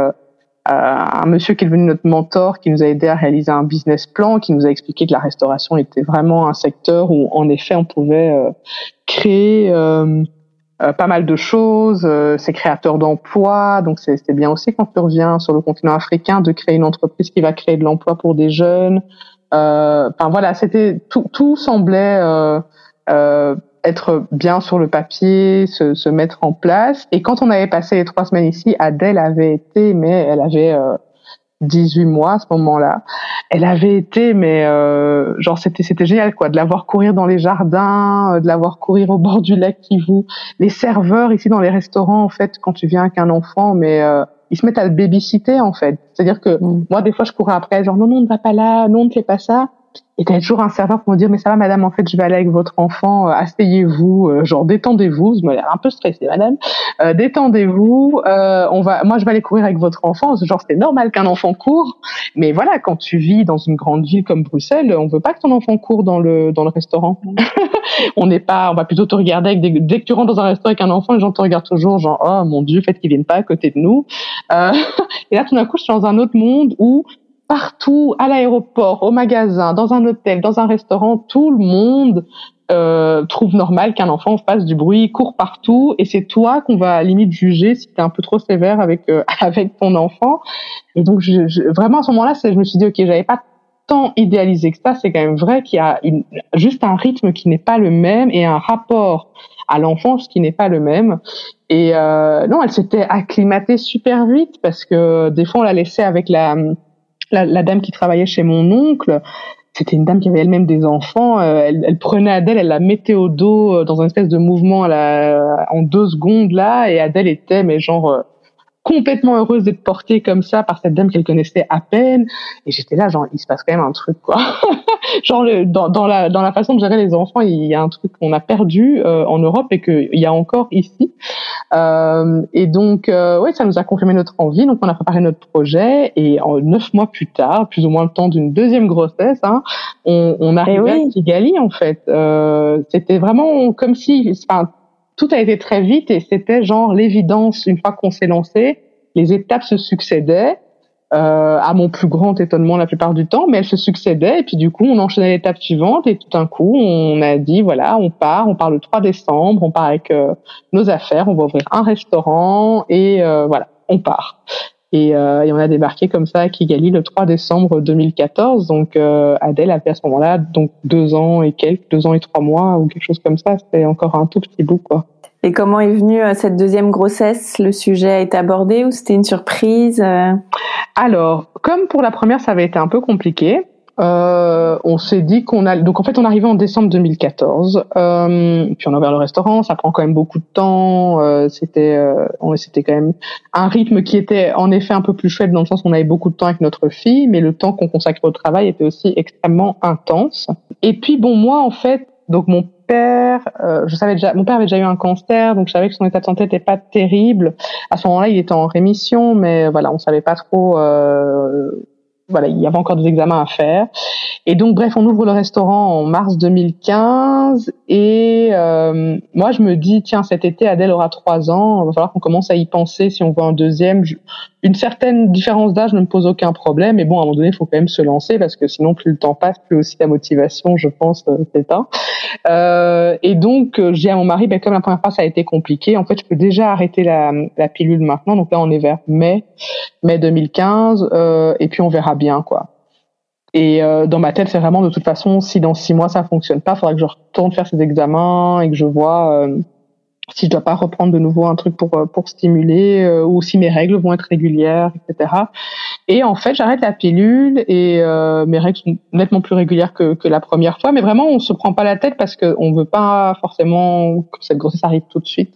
un monsieur qui est devenu notre mentor, qui nous a aidé à réaliser un business plan, qui nous a expliqué que la restauration était vraiment un secteur où, en effet, on pouvait créer pas mal de choses. C'est créateur d'emplois, donc c'est bien aussi quand tu reviens sur le continent africain de créer une entreprise qui va créer de l'emploi pour des jeunes. Enfin voilà, c'était tout semblait être bien sur le papier, se mettre en place. Et quand on avait passé les 3 semaines ici, Adèle avait été, mais elle avait 18 mois à ce moment-là. Elle avait été, mais genre c'était génial quoi, de la voir courir dans les jardins, de la voir courir au bord du lac Kivu. Les serveurs ici dans les restaurants, en fait, quand tu viens avec un enfant, mais ils se mettent à le babysitter en fait. C'est-à-dire que moi des fois je courais après, genre non ne va pas là, non ne fais pas ça. Et t'avais toujours un serveur pour me dire mais ça va madame, en fait je vais aller avec votre enfant, asseyez-vous, genre détendez-vous, je me l'air un peu stressée madame, détendez-vous, moi je vais aller courir avec votre enfant, genre c'est normal qu'un enfant court, mais voilà quand tu vis dans une grande ville comme Bruxelles, on veut pas que ton enfant court dans le restaurant. On va plutôt te regarder dès que tu rentres dans un restaurant avec un enfant, les gens te regardent toujours genre oh mon Dieu, fait qu'ils viennent pas à côté de nous. Et là tout d'un coup je suis dans un autre monde où partout, à l'aéroport, au magasin, dans un hôtel, dans un restaurant, tout le monde trouve normal qu'un enfant fasse du bruit, court partout, et c'est toi qu'on va limite juger si t'es un peu trop sévère avec ton enfant. Et donc vraiment à ce moment-là, je me suis dit ok, j'avais pas tant idéalisé que ça. C'est quand même vrai qu'il y a juste un rythme qui n'est pas le même et un rapport à l'enfance qui n'est pas le même. Et non, elle s'était acclimatée super vite parce que des fois on la laissait avec la dame qui travaillait chez mon oncle. C'était une dame qui avait elle-même des enfants. Elle prenait Adèle, elle la mettait au dos dans une espèce de mouvement en 2 secondes là, et Adèle était mais genre complètement heureuse d'être portée comme ça par cette dame qu'elle connaissait à peine. Et j'étais là genre il se passe quand même un truc quoi. Genre dans la façon de gérer les enfants, il y a un truc qu'on a perdu en Europe et qu'il y a encore ici. Et donc ouais, ça nous a confirmé notre envie, donc on a préparé notre projet et 9 mois plus tard, plus ou moins le temps d'une deuxième grossesse, on arrivait à Kigali en fait. C'était vraiment comme si tout a été très vite et c'était genre l'évidence une fois qu'on s'est lancé, les étapes se succédaient. À mon plus grand étonnement la plupart du temps, mais elles se succédaient et puis du coup on enchaînait l'étape suivante et tout d'un coup on a dit voilà on part le 3 décembre, on part avec nos affaires, on va ouvrir un restaurant et voilà on part et on a débarqué comme ça à Kigali le 3 décembre 2014. Donc Adèle avait à ce moment-là donc 2 ans et 3 mois ou quelque chose comme ça, c'était encore un tout petit bout quoi. Et comment est venue cette deuxième grossesse? Le sujet a été abordé ou c'était une surprise? Alors, comme pour la première, ça avait été un peu compliqué. On s'est dit donc en fait, on arrivait en décembre 2014. Puis on a ouvert le restaurant. Ça prend quand même beaucoup de temps. C'était quand même un rythme qui était en effet un peu plus chouette dans le sens où on avait beaucoup de temps avec notre fille, mais le temps qu'on consacrait au travail était aussi extrêmement intense. Et puis bon, moi en fait, donc mon père avait déjà eu un cancer, donc je savais que son état de santé n'était pas terrible. À ce moment-là, il était en rémission, mais voilà, on savait pas trop. Voilà, il y avait encore des examens à faire. Et donc, bref, on ouvre le restaurant en mars 2015. 2015 et moi je me dis tiens, cet été Adèle aura 3 ans, il va falloir qu'on commence à y penser si on veut un deuxième. Une certaine différence d'âge ne me pose aucun problème, mais bon, à un moment donné, il faut quand même se lancer parce que sinon, plus le temps passe, plus aussi la motivation, je pense, s'éteint. Et donc, j'ai dit à mon mari, comme la première fois, ça a été compliqué, en fait, je peux déjà arrêter la pilule maintenant. Donc là, on est vers mai 2015, et puis on verra bien, quoi. Et dans ma tête, c'est vraiment de toute façon, si dans 6 mois ça fonctionne pas, il faudra que je retourne faire ces examens et que je vois si je dois pas reprendre de nouveau un truc pour stimuler ou si mes règles vont être régulières, etc. Et en fait, j'arrête la pilule et mes règles sont nettement plus régulières que la première fois. Mais vraiment, on se prend pas la tête parce que on veut pas forcément que cette grossesse arrive tout de suite.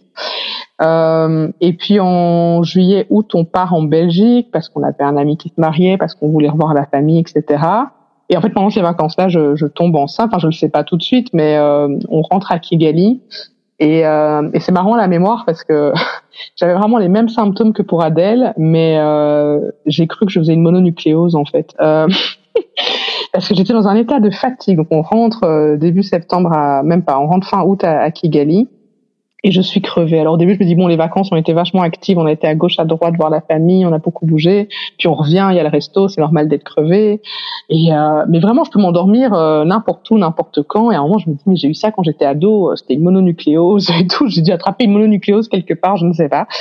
Et puis en juillet, août, on part en Belgique parce qu'on avait un ami qui se mariait, parce qu'on voulait revoir la famille, etc. Et en fait, pendant ces vacances-là, je tombe enceinte. Enfin, je le sais pas tout de suite, mais on rentre à Kigali. Et c'est marrant la mémoire parce que j'avais vraiment les mêmes symptômes que pour Adèle, mais j'ai cru que je faisais une mononucléose en fait. Parce que j'étais dans un état de fatigue. Donc on rentre début septembre on rentre fin août à Kigali. Et je suis crevée. Alors au début, je me dis les vacances ont été vachement actives, on a été à gauche, à droite voir la famille, on a beaucoup bougé. Puis on revient, il y a le resto, c'est normal d'être crevé. Et mais vraiment, je peux m'endormir n'importe où, n'importe quand. Et à un moment, je me dis mais j'ai eu ça quand j'étais ado, c'était une mononucléose et tout. J'ai dû attraper une mononucléose quelque part, je ne sais pas.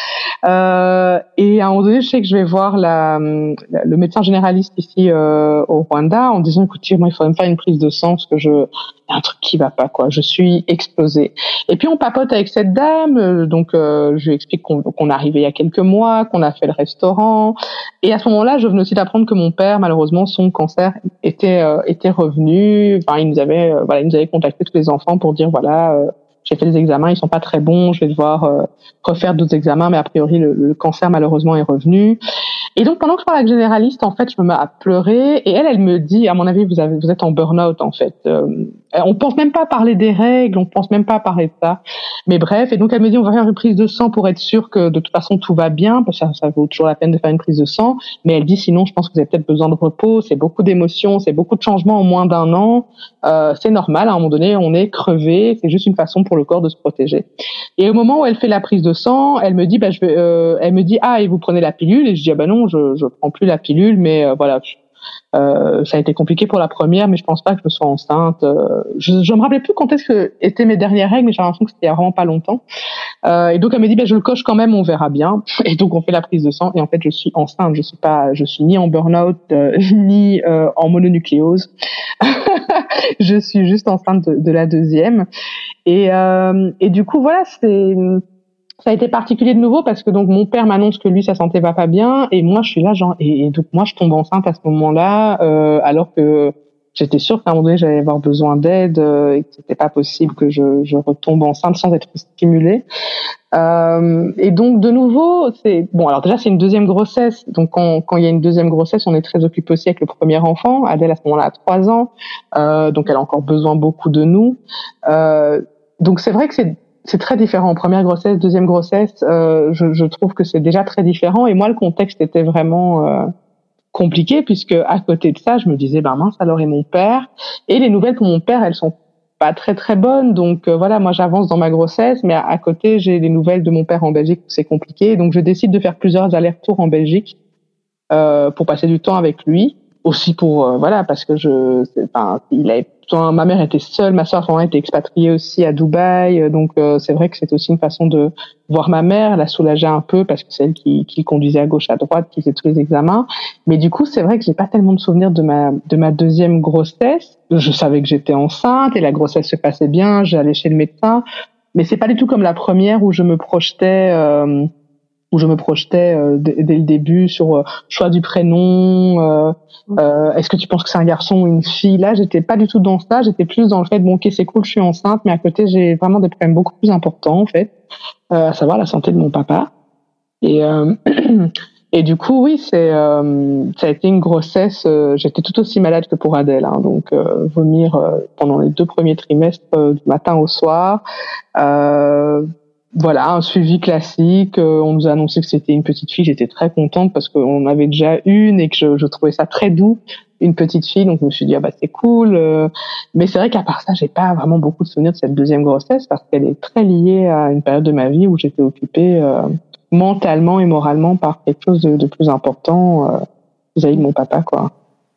Et à un moment donné, je sais que je vais voir le médecin généraliste ici au Rwanda en disant écoutez, moi il faudrait me faire une prise de sang parce que il y a un truc qui va pas quoi. Je suis explosée. Et puis on papote avec cette dame, donc je lui explique qu'on est arrivé il y a quelques mois, qu'on a fait le restaurant. Et à ce moment-là, je venais aussi d'apprendre que mon père, malheureusement, son cancer était revenu. Enfin, il nous avait contacté tous les enfants pour dire j'ai fait des examens, ils sont pas très bons, je vais devoir refaire d'autres examens, mais a priori le cancer malheureusement est revenu. Et donc pendant que je parle avec le généraliste, en fait, je me mets à pleurer et elle me dit, à mon avis, vous êtes en burn-out en fait. On pense même pas à parler des règles, on pense même pas à parler de ça. Mais bref, et donc elle me dit on va faire une prise de sang pour être sûr que de toute façon tout va bien, parce que ça vaut toujours la peine de faire une prise de sang. Mais elle dit sinon je pense que vous avez peut-être besoin de repos, c'est beaucoup d'émotions, c'est beaucoup de changements en moins d'1 an. C'est normal, à un moment donné on est crevé, c'est juste une façon pour le corps de se protéger. Et au moment où elle fait la prise de sang, elle me dit elle me dit et vous prenez la pilule, et je dis non, je prends plus la pilule, mais voilà. Ça a été compliqué pour la première, mais je pense pas que je sois enceinte. Je me rappelais plus quand est-ce que étaient mes dernières règles, mais j'ai l'impression que c'était il y a vraiment pas longtemps. Et donc elle me dit je le coche quand même, on verra bien. Et donc on fait la prise de sang et en fait je suis enceinte. Je suis ni en burn-out ni en mononucléose. Je suis juste enceinte de la deuxième. Et du coup voilà, ça a été particulier de nouveau parce que donc mon père m'annonce que lui sa santé va pas bien et moi je suis là et donc moi je tombe enceinte à ce moment-là alors que j'étais sûre qu'à un moment donné j'allais avoir besoin d'aide et que c'était pas possible que je retombe enceinte sans être stimulée. Et donc de nouveau alors déjà c'est une deuxième grossesse, donc quand il y a une deuxième grossesse on est très occupé aussi avec le premier enfant. Adèle à ce moment-là a 3 ans, donc elle a encore besoin beaucoup de nous. Donc c'est vrai que c'est très différent. Première grossesse, deuxième grossesse, je trouve que c'est déjà très différent. Et moi, le contexte était vraiment compliqué puisque à côté de ça, je me disais, mince, alors et mon père. Et les nouvelles pour mon père, elles sont pas très très bonnes. Donc voilà, moi j'avance dans ma grossesse, mais à côté, j'ai les nouvelles de mon père en Belgique, c'est compliqué. Donc je décide de faire plusieurs allers-retours en Belgique pour passer du temps avec lui. Aussi pour parce que ma mère était seule, ma sœur était expatriée aussi à Dubaï, donc c'est vrai que c'est aussi une façon de voir ma mère, la soulager un peu parce que c'est elle qui conduisait à gauche à droite, qui faisait tous les examens. Mais du coup, c'est vrai que j'ai pas tellement de souvenirs de ma deuxième grossesse. Je savais que j'étais enceinte et la grossesse se passait bien, j'allais chez le médecin, mais c'est pas du tout comme la première où je me projetais dès le début sur choix du prénom, est-ce que tu penses que c'est un garçon ou une fille. Là, j'étais pas du tout dans ça, j'étais plus dans le fait ok, c'est cool, je suis enceinte, mais à côté j'ai vraiment des problèmes beaucoup plus importants en fait, à savoir la santé de mon papa. Et du coup oui, ça a été une grossesse, j'étais tout aussi malade que pour Adèle, donc vomir pendant les 2 premiers trimestres du matin au soir. Voilà, un suivi classique. On nous a annoncé que c'était une petite fille. J'étais très contente parce qu'on avait déjà une et que je trouvais ça très doux une petite fille, donc je me suis dit c'est cool. Mais c'est vrai qu'à part ça, j'ai pas vraiment beaucoup de souvenirs de cette deuxième grossesse parce qu'elle est très liée à une période de ma vie où j'étais occupée mentalement et moralement par quelque chose de plus important vis-à-vis de mon papa, quoi.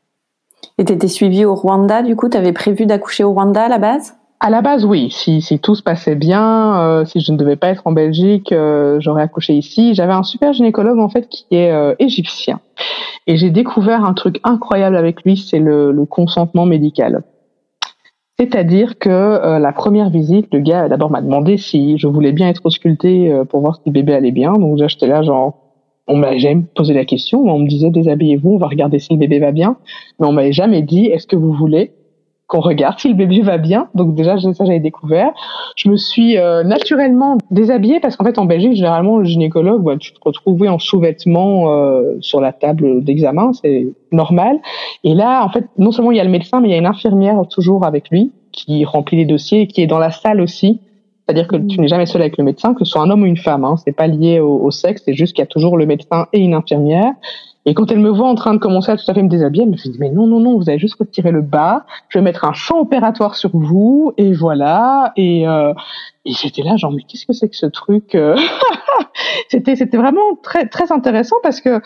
Et t'étais suivie au Rwanda, du coup, t'avais prévu d'accoucher au Rwanda à la base ? À la base, oui. Si tout se passait bien, si je ne devais pas être en Belgique, j'aurais accouché ici. J'avais un super gynécologue, en fait, qui est égyptien. Et j'ai découvert un truc incroyable avec lui, c'est le consentement médical. C'est-à-dire que la première visite, le gars d'abord m'a demandé si je voulais bien être auscultée pour voir si le bébé allait bien. Donc déjà, j'étais là genre... On m'avait jamais posé la question, on me disait déshabillez-vous, on va regarder si le bébé va bien, mais on m'avait jamais dit est-ce que vous voulez qu'on regarde si le bébé va bien. Donc déjà ça j'avais découvert. Je me suis naturellement déshabillée parce qu'en fait en Belgique généralement le gynécologue tu te retrouvais en sous-vêtements sur la table d'examen, c'est normal. Et là en fait non seulement il y a le médecin mais il y a une infirmière toujours avec lui qui remplit les dossiers et qui est dans la salle aussi. C'est-à-dire que tu n'es jamais seul avec le médecin, que ce soit un homme ou une femme. Hein. C'est pas lié au sexe, c'est juste qu'il y a toujours le médecin et une infirmière. Et quand elle me voit en train de commencer à tout à fait me déshabiller, elle me dit mais non, vous avez juste retiré le bas, je vais mettre un champ opératoire sur vous, et voilà. Et j'étais là genre mais qu'est-ce que c'est que ce truc C'était vraiment très très intéressant parce que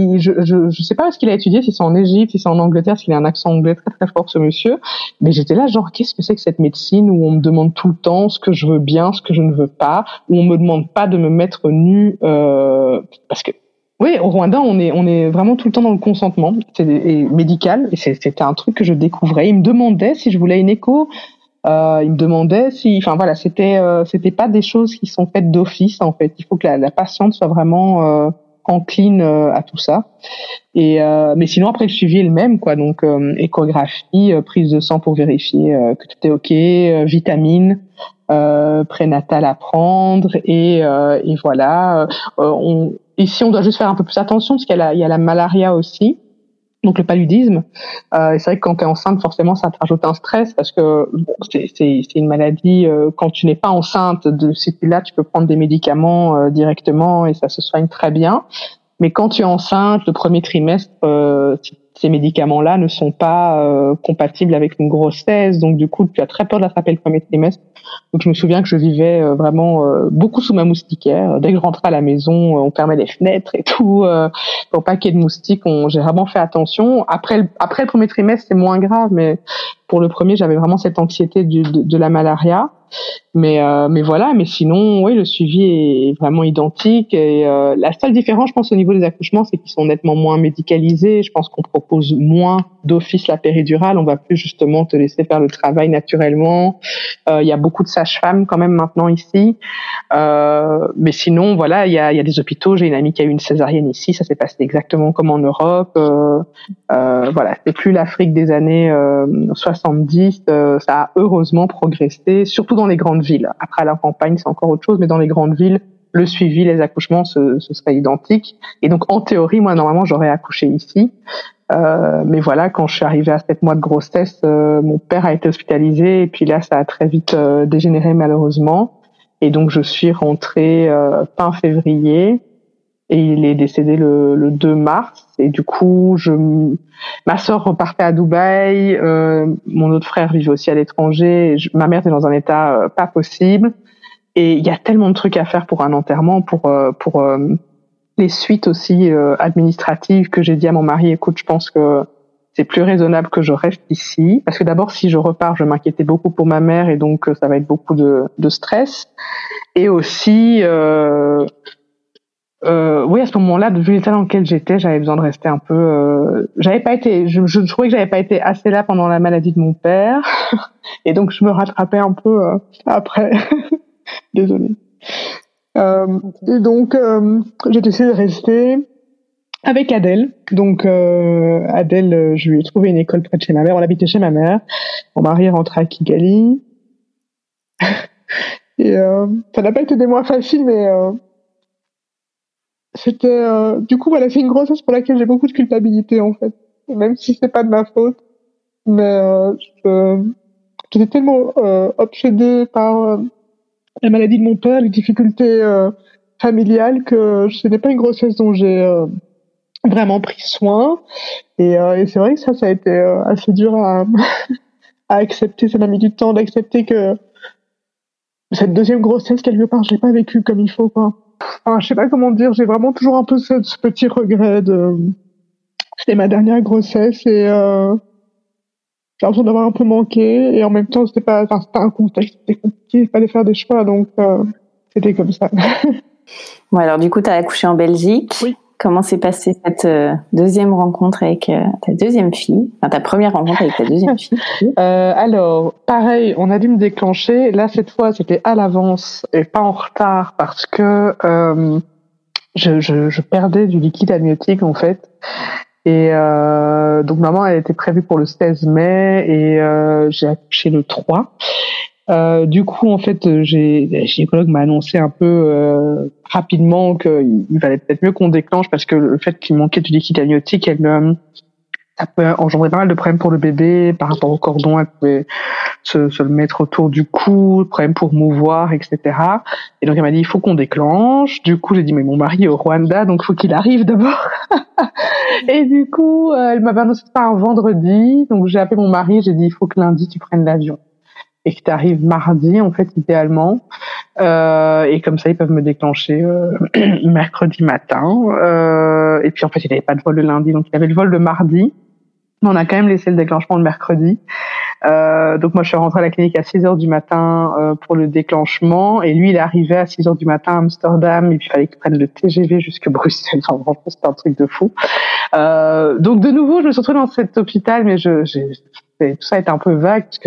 je sais pas ce qu'il a étudié, si c'est en Égypte, si c'est en Angleterre, s'il a un accent anglais très très fort ce monsieur, mais j'étais là genre qu'est-ce que c'est que cette médecine où on me demande tout le temps ce que je veux bien, ce que je ne veux pas, où on me demande pas de me mettre nue parce que oui, au Rwanda, on est vraiment tout le temps dans le consentement, c'est médical, et c'était un truc que je découvrais. Il me demandait si je voulais une écho, il me demandait si, enfin voilà, c'était pas des choses qui sont faites d'office en fait. Il faut que la patiente soit vraiment encline à tout ça. Et mais sinon après le suivi est le même quoi, donc échographie, prise de sang pour vérifier que tout est ok, vitamines. Prénatal à prendre et voilà. Ici, on doit juste faire un peu plus attention parce qu'il y a la malaria aussi, donc le paludisme. Et c'est vrai que quand tu es enceinte, forcément, ça te rajoute un stress parce que c'est une maladie. Quand tu n'es pas enceinte de ce type-là, tu peux prendre des médicaments directement et ça se soigne très bien. Mais quand tu es enceinte, le premier trimestre, ces médicaments-là ne sont pas compatibles avec une grossesse. Donc, du coup, tu as très peur de l'attraper le premier trimestre. Donc, je me souviens que je vivais vraiment beaucoup sous ma moustiquaire. Dès que je rentrais à la maison, on fermait les fenêtres et tout. Pour pas qu'il y ait de moustiques, j'ai vraiment fait attention. Après le premier trimestre, c'est moins grave, mais pour le premier, j'avais vraiment cette anxiété de la malaria. Mais voilà, mais sinon, oui, le suivi est vraiment identique. Et la seule différence, je pense, au niveau des accouchements, c'est qu'ils sont nettement moins médicalisés. Je pense qu'on propose moins d'office la péridurale. On va plus justement te laisser faire le travail naturellement. Il y a beaucoup de sages-femmes quand même maintenant ici. Mais sinon, voilà, il y a des hôpitaux. J'ai une amie qui a eu une césarienne ici. Ça s'est passé exactement comme en Europe. Voilà, c'est plus l'Afrique des années 70. Ça a heureusement progressé, surtout dans les grandes villes. Après, à la campagne, c'est encore autre chose, mais dans les grandes villes, le suivi, les accouchements, ce serait identique. Et donc, en théorie, moi, normalement, j'aurais accouché ici. Mais voilà, quand je suis arrivée à 7 mois de grossesse, mon père a été hospitalisé, et puis là, ça a très vite dégénéré, malheureusement. Et donc, je suis rentrée fin février, et il est décédé le 2 mars. Et du coup, ma sœur repartait à Dubaï, mon autre frère vivait aussi à l'étranger, ma mère était dans un état pas possible. Et il y a tellement de trucs à faire pour un enterrement, pour les suites aussi administratives, que j'ai dit à mon mari, écoute, je pense que c'est plus raisonnable que je reste ici. Parce que d'abord, si je repars, je m'inquiétais beaucoup pour ma mère, et donc ça va être beaucoup de stress. Et aussi... oui, à ce moment-là, vu l'état dans lequel j'étais, j'avais besoin de rester un peu. Je trouvais que j'avais pas été assez là pendant la maladie de mon père, et donc je me rattrapais un peu après. Désolée. Et donc j'ai décidé de rester avec Adèle. Donc Adèle, je lui ai trouvé une école près de chez ma mère. On habitait chez ma mère. Mon mari est rentré à Kigali. Et ça n'a pas été des mois faciles, mais c'était du coup voilà, c'est une grossesse pour laquelle j'ai beaucoup de culpabilité en fait, même si c'est pas de ma faute, mais j'étais tellement obsédée par la maladie de mon père, les difficultés familiales, que ce n'est pas une grossesse dont j'ai vraiment pris soin. Et c'est vrai que ça a été assez dur à accepter. Ça m'a mis du temps d'accepter que cette deuxième grossesse, quelque part, je l'ai pas vécue comme il faut, quoi. Enfin, je sais pas comment dire, j'ai vraiment toujours un peu ce petit regret c'était ma dernière grossesse et j'ai l'impression d'avoir un peu manqué, et en même temps, c'était un contexte, c'était compliqué, il fallait faire des choix, donc c'était comme ça. Bon, alors du coup, tu as accouché en Belgique. Oui. Comment s'est passée cette deuxième rencontre avec ta deuxième fille, enfin ta première rencontre avec ta deuxième fille? Alors, pareil, on a dû me déclencher. Là, cette fois, c'était à l'avance et pas en retard, parce que je perdais du liquide amniotique, en fait. Et donc, maman, elle était prévue pour le 16 mai et j'ai accouché le 3. Du coup, en fait, la gynécologue m'a annoncé un peu rapidement qu'il valait peut-être mieux qu'on déclenche, parce que le fait qu'il manquait du liquide amniotique, ça peut engendrer pas mal de problèmes pour le bébé par rapport au cordon. Elle pouvait se le mettre autour du cou, problème pour mouvoir, etc. Et donc elle m'a dit, il faut qu'on déclenche. Du coup, j'ai dit, mais mon mari est au Rwanda, donc il faut qu'il arrive d'abord. Et du coup, elle m'avait annoncé ça un vendredi, donc j'ai appelé mon mari, j'ai dit, il faut que lundi tu prennes l'avion et que tu arrives mardi, en fait, idéalement. Et comme ça, ils peuvent me déclencher mercredi matin. Et puis, en fait, il n'avait pas de vol le lundi, donc il avait le vol le mardi. Mais on a quand même laissé le déclenchement le mercredi. Donc moi, je suis rentrée à la clinique à 6h du matin pour le déclenchement. Et lui, il est arrivé à 6h du matin à Amsterdam. Et puis, il fallait qu'il prenne le TGV jusqu'à Bruxelles. Enfin, franchement, c'était un truc de fou. Donc, de nouveau, je me suis retrouvée dans cet hôpital, mais tout ça était un peu vague, parce que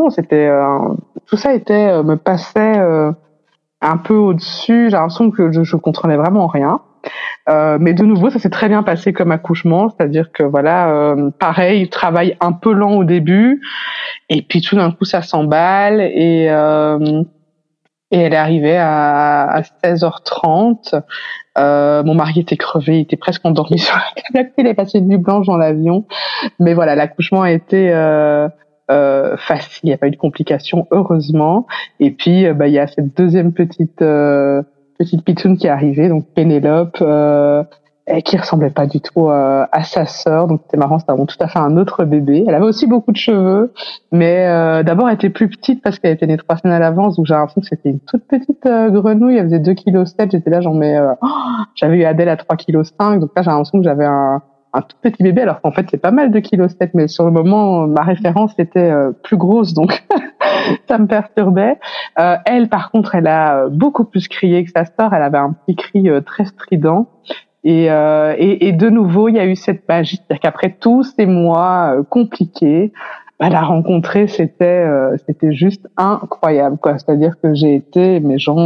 tout ça me passait un peu au-dessus. J'ai l'impression que je comprenais vraiment rien. Mais de nouveau, ça s'est très bien passé comme accouchement, c'est-à-dire que voilà, pareil, travail un peu lent au début, et puis tout d'un coup ça s'emballe, et elle est arrivée à 16h30. Mon mari était crevé, il était presque endormi sur la canapé, il a passé une nuit blanche dans l'avion, mais voilà, l'accouchement a été facile, il n'y a pas eu de complications, heureusement. Et puis il y a cette deuxième petite pitoune qui est arrivée, donc Pénélope, qui ressemblait pas du tout à sa sœur, donc c'était marrant, c'était vraiment tout à fait un autre bébé. Elle avait aussi beaucoup de cheveux, mais d'abord elle était plus petite parce qu'elle était née 3 semaines à l'avance, donc j'ai l'impression que c'était une toute petite grenouille. Elle faisait 2,7 kg, j'étais là j'avais eu Adèle à 3,5 kg, donc là j'ai l'impression que j'avais un tout petit bébé, alors qu'en fait c'est pas mal 2,7 kg, mais sur le moment ma référence était plus grosse, donc ça me perturbait. Elle, par contre, elle a beaucoup plus crié que sa sœur. Elle avait un petit cri très strident. Et de nouveau, il y a eu cette magie. C'est-à-dire qu'après tous ces mois compliqués, la rencontrer, c'était juste incroyable, quoi. C'est-à-dire que j'ai été, mais j'ai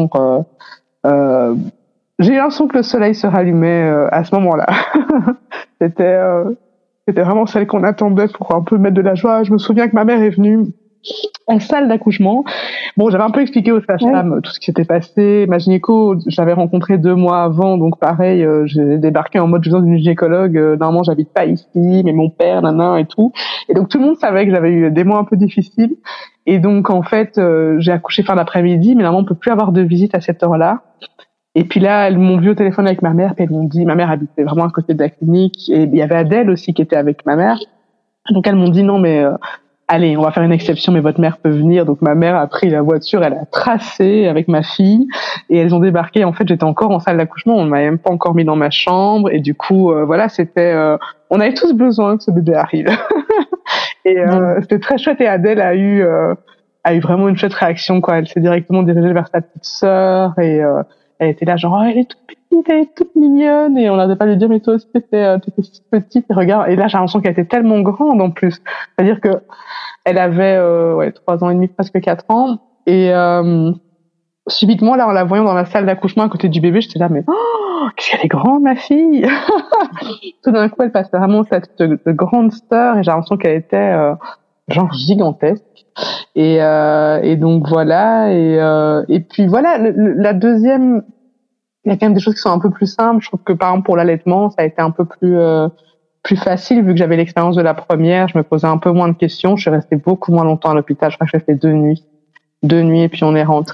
eu l'impression que le soleil se rallumait à ce moment-là. C'était vraiment celle qu'on attendait pour un peu mettre de la joie. Je me souviens que ma mère est venue en salle d'accouchement. Bon, j'avais un peu expliqué aux sages-femmes tout ce qui s'était passé. Ma gynéco, j'avais rencontré 2 mois avant, donc pareil, j'ai débarqué en mode je viens d'une gynécologue. Normalement, j'habite pas ici, mais mon père, nanan et tout. Et donc tout le monde savait que j'avais eu des mois un peu difficiles. Et donc en fait, j'ai accouché fin d'après-midi, mais normalement on peut plus avoir de visite à cette heure-là. Et puis là, elles m'ont vu au téléphone avec ma mère, puis elles m'ont dit, ma mère habitait vraiment à côté de la clinique, et il y avait Adèle aussi qui était avec ma mère. Donc elles m'ont dit non, mais allez, on va faire une exception, mais votre mère peut venir. Donc ma mère a pris la voiture, elle a tracé avec ma fille, et elles ont débarqué. En fait, j'étais encore en salle d'accouchement, on m'avait même pas encore mis dans ma chambre, et du coup, voilà, c'était, on avait tous besoin que ce bébé arrive. Et c'était très chouette. Et Adèle a eu vraiment une chouette réaction, quoi. Elle s'est directement dirigée vers sa petite sœur, et elle était là genre, oh, elle est toute petite, elle est toute mignonne, et on n'arrêtait pas de lui dire, mais toi aussi t'étais si petite, et regarde. Et là j'ai l'impression qu'elle était tellement grande en plus, c'est-à-dire que elle avait 3 ans et demi, presque 4 ans, et subitement là en la voyant dans la salle d'accouchement à côté du bébé, j'étais là, mais qu'est-ce qu'elle est grande, ma fille. Tout d'un coup elle passait vraiment cette de grande sœur, et j'ai l'impression qu'elle était genre gigantesque. Et donc voilà, et puis voilà, la deuxième, il y a quand même des choses qui sont un peu plus simples. Je trouve que par exemple pour l'allaitement, ça a été un peu plus facile vu que j'avais l'expérience de la première. Je me posais un peu moins de questions. Je suis restée beaucoup moins longtemps à l'hôpital. Je crois que j'ai fait 2 nuits et puis on est rentré.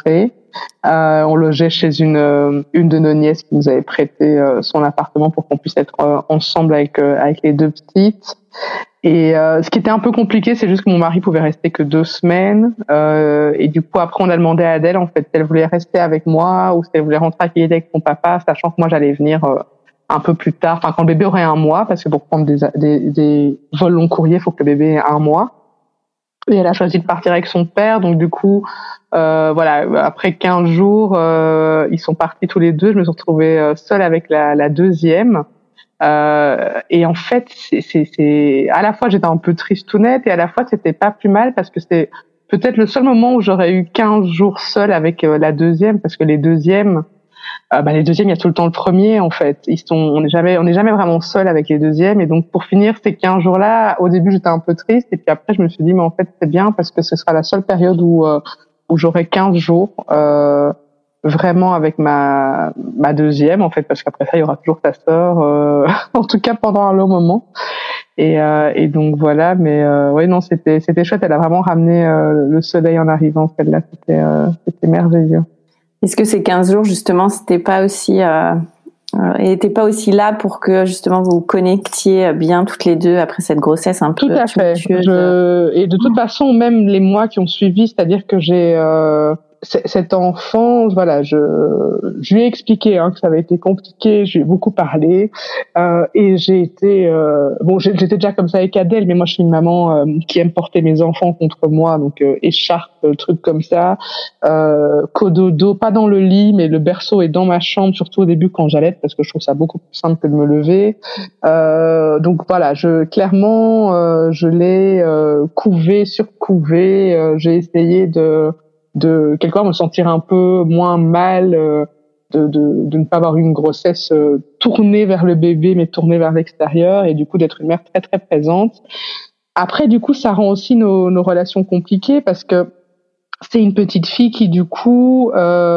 On logeait chez une de nos nièces qui nous avait prêté son appartement pour qu'on puisse être ensemble avec les deux petites. Et ce qui était un peu compliqué, c'est juste que mon mari pouvait rester que 2 semaines. Et du coup, après, on a demandé à Adèle, en fait, si elle voulait rester avec moi ou si elle voulait rentrer à Québec avec son papa, sachant que moi, j'allais venir un peu plus tard, enfin, quand le bébé aurait 1 mois, parce que pour prendre des vols long courrier, il faut que le bébé ait 1 mois. Et elle a choisi de partir avec son père, donc du coup, voilà, après 15 jours, ils sont partis tous les deux. Je me suis retrouvée seule avec la deuxième. Et en fait, c'est à la fois j'étais un peu tristounette et à la fois c'était pas plus mal parce que c'est peut-être le seul moment où j'aurais eu 15 jours seule avec la deuxième, parce que les deuxièmes, il y a tout le temps le premier en fait. On n'est jamais vraiment seul avec les deuxièmes, et donc pour finir ces 15 jours-là, au début j'étais un peu triste et puis après je me suis dit mais en fait c'est bien parce que ce sera la seule période où j'aurai 15 jours vraiment avec ma deuxième en fait, parce qu'après ça il y aura toujours ta sœur en tout cas pendant un long moment, et donc voilà. Mais ouais, non, c'était chouette. Elle a vraiment ramené le soleil en arrivant, celle-là. C'était merveilleux. Est-ce que ces 15 jours justement c'était pas aussi était pas aussi là pour que justement vous connectiez bien toutes les deux après cette grossesse un peu? Tout à fait. Et de toute façon, même les mois qui ont suivi, c'est-à-dire que j'ai cet enfant, voilà, je lui ai expliqué que ça avait été compliqué, je lui ai beaucoup parlé, et j'ai été j'étais déjà comme ça avec Adèle, mais moi je suis une maman qui aime porter mes enfants contre moi, donc écharpe, trucs comme ça, cododo, pas dans le lit, mais le berceau est dans ma chambre, surtout au début quand j'allaite, parce que je trouve ça beaucoup plus simple que de me lever. Donc voilà, je l'ai couvé, surcouvé, j'ai essayé de quelque part me sentir un peu moins mal, de ne pas avoir une grossesse tournée vers le bébé mais tournée vers l'extérieur, et du coup d'être une mère très très présente. Après du coup ça rend aussi nos relations compliquées parce que c'est une petite fille qui du coup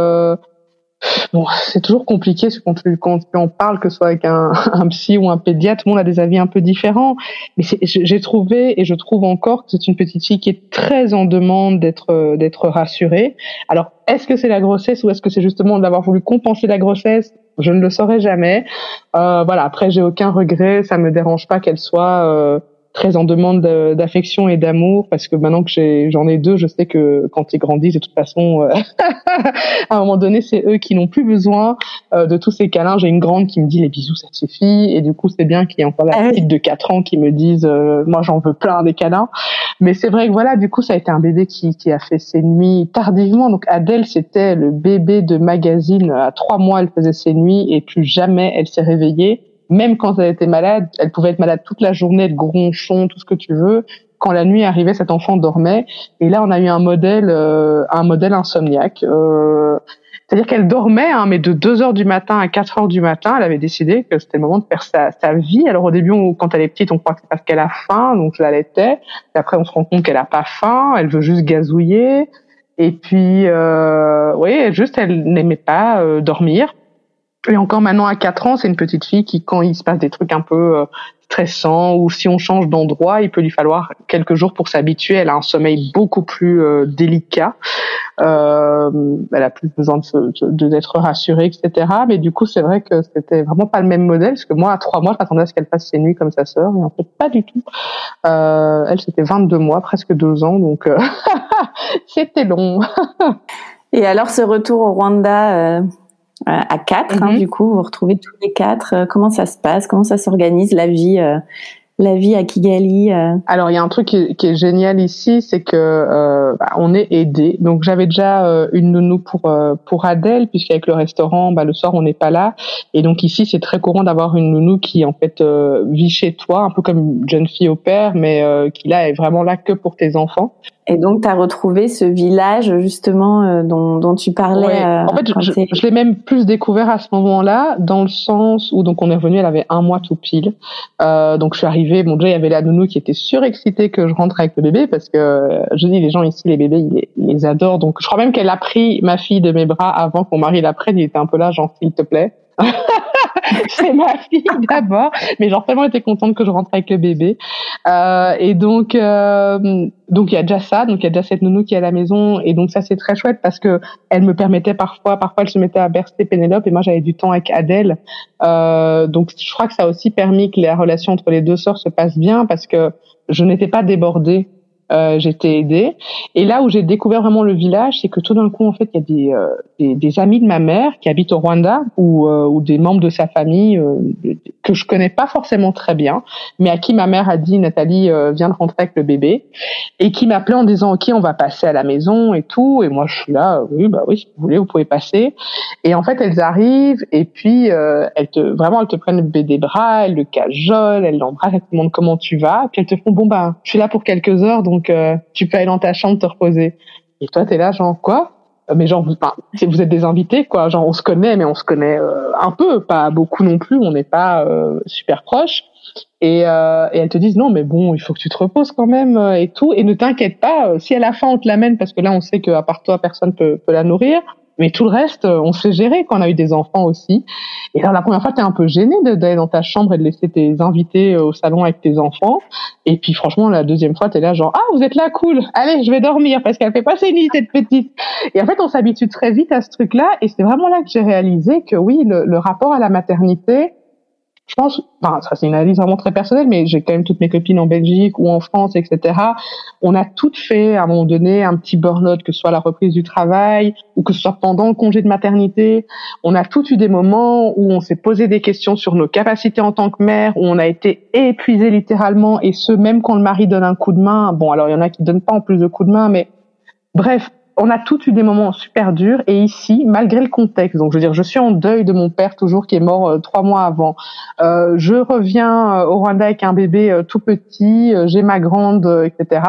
c'est toujours compliqué quand tu en parles, que ce soit avec un psy ou un pédiatre. Tout le monde a des avis un peu différents, mais j'ai trouvé et je trouve encore que c'est une petite fille qui est très en demande d'être rassurée. Alors, est-ce que c'est la grossesse ou est-ce que c'est justement d'avoir voulu compenser la grossesse? Je ne le saurais jamais. Voilà. Après, j'ai aucun regret. Ça me dérange pas qu'elle soit très en demande d'affection et d'amour, parce que maintenant que j'en ai 2, je sais que quand ils grandissent, de toute façon, à un moment donné, c'est eux qui n'ont plus besoin de tous ces câlins. J'ai une grande qui me dit les bisous, ça suffit, et du coup, c'est bien qu'il y ait encore la petite de 4 ans qui me dise moi, j'en veux plein des câlins. Mais c'est vrai que voilà, du coup, ça a été un bébé qui a fait ses nuits tardivement. Donc Adèle, c'était le bébé de magazine. À 3 mois, elle faisait ses nuits et plus jamais elle s'est réveillée. Même quand elle était malade, elle pouvait être malade toute la journée, être gronchon, tout ce que tu veux. Quand la nuit arrivait, cet enfant dormait. Et là, on a eu un modèle insomniaque. C'est-à-dire qu'elle dormait, mais de 2h du matin à 4h du matin, elle avait décidé que c'était le moment de faire sa vie. Alors au début, quand elle est petite, on croit que c'est parce qu'elle a faim, donc je l'allaitais. Et après, on se rend compte qu'elle a pas faim, elle veut juste gazouiller. Et puis, elle n'aimait pas dormir. Et encore maintenant à 4 ans, c'est une petite fille qui, quand il se passe des trucs un peu stressants, ou si on change d'endroit, il peut lui falloir quelques jours pour s'habituer. Elle a un sommeil beaucoup plus délicat. Elle a plus besoin d'être rassurée, etc. Mais du coup, c'est vrai que c'était vraiment pas le même modèle, parce que moi, à 3 mois, je m'attendais à ce qu'elle fasse ses nuits comme sa sœur, mais en fait, pas du tout. Elle, c'était 22 mois, presque 2 ans, donc c'était long. Et alors, ce retour au Rwanda à 4, du coup, vous vous retrouvez tous les 4. Comment ça se passe? Comment ça s'organise la vie à Kigali? Alors, il y a un truc qui est génial ici, c'est que on est aidés. Donc, j'avais déjà une nounou pour Adèle, puisqu'avec le restaurant, le soir, on n'est pas là. Et donc, ici, c'est très courant d'avoir une nounou qui, en fait, vit chez toi, un peu comme une jeune fille au père, mais qui, là, est vraiment là que pour tes enfants. Et donc, tu as retrouvé ce village, justement, dont tu parlais. Ouais. En fait, je l'ai même plus découvert à ce moment-là, dans le sens où, donc, on est revenu, elle avait 1 mois tout pile. Donc, je suis arrivée, déjà, il y avait la nounou qui était surexcitée que je rentre avec le bébé, parce que, je dis, les gens ici, les bébés, ils les adorent. Donc, je crois même qu'elle a pris ma fille de mes bras avant que mon mari la prenne. Il était un peu là, genre, s'il te plaît. c'est ma fille d'abord, mais genre tellement été contente que je rentre avec le bébé. Et donc il y a déjà ça, donc il y a déjà cette nounou qui est à la maison, et donc ça c'est très chouette parce que elle me permettait parfois elle se mettait à bercer Pénélope et moi j'avais du temps avec Adèle. Donc je crois que ça a aussi permis que la relation entre les deux sœurs se passe bien parce que je n'étais pas débordée. J'étais aidée. Et là où j'ai découvert vraiment le village, c'est que tout d'un coup, en fait, il y a des amis de ma mère qui habitent au Rwanda ou des membres de sa famille que je connais pas forcément très bien, mais à qui ma mère a dit Nathalie viens de rentrer avec le bébé et qui m'appelait en disant OK, on va passer à la maison et tout. Et moi, je suis là, oui, si vous voulez, vous pouvez passer. Et en fait, elles arrivent et puis elles te prennent le bébé des bras, elles le cajolent, elles l'embrassent, elles te demandent comment tu vas, puis elles te font je suis là pour quelques heures, donc tu peux aller dans ta chambre te reposer. Et toi, t'es là, genre quoi? Mais genre, vous êtes des invités, quoi. Genre, on se connaît, mais on se connaît un peu, pas beaucoup non plus. On n'est pas super proches. Et elles te disent non, mais bon, il faut que tu te reposes quand même et tout. Et ne t'inquiète pas, si à la fin on te l'amène, parce que là, on sait qu'à part toi, personne peut la nourrir. Mais tout le reste, on sait gérer quand on a eu des enfants aussi. Et alors, la première fois, t'es un peu gêné d'aller dans ta chambre et de laisser tes invités au salon avec tes enfants. Et puis, franchement, la deuxième fois, t'es là genre, ah, vous êtes là, cool. Allez, je vais dormir parce qu'elle fait pas ses nuits, cette petite. Et en fait, on s'habitue très vite à ce truc-là. Et c'est vraiment là que j'ai réalisé que oui, le rapport à la maternité, je pense, ça c'est une analyse vraiment très personnelle, mais j'ai quand même toutes mes copines en Belgique ou en France, etc. On a toutes fait à un moment donné un petit burn-out, que ce soit la reprise du travail ou que ce soit pendant le congé de maternité. On a toutes eu des moments où on s'est posé des questions sur nos capacités en tant que mère, où on a été épuisé littéralement, et ce même quand le mari donne un coup de main. Bon, alors il y en a qui donnent pas en plus de coups de main, mais bref. On a tous eu des moments super durs et ici, malgré le contexte, donc je veux dire, je suis en deuil de mon père toujours qui est mort 3 mois avant. Je reviens au Rwanda avec un bébé tout petit, j'ai ma grande, etc.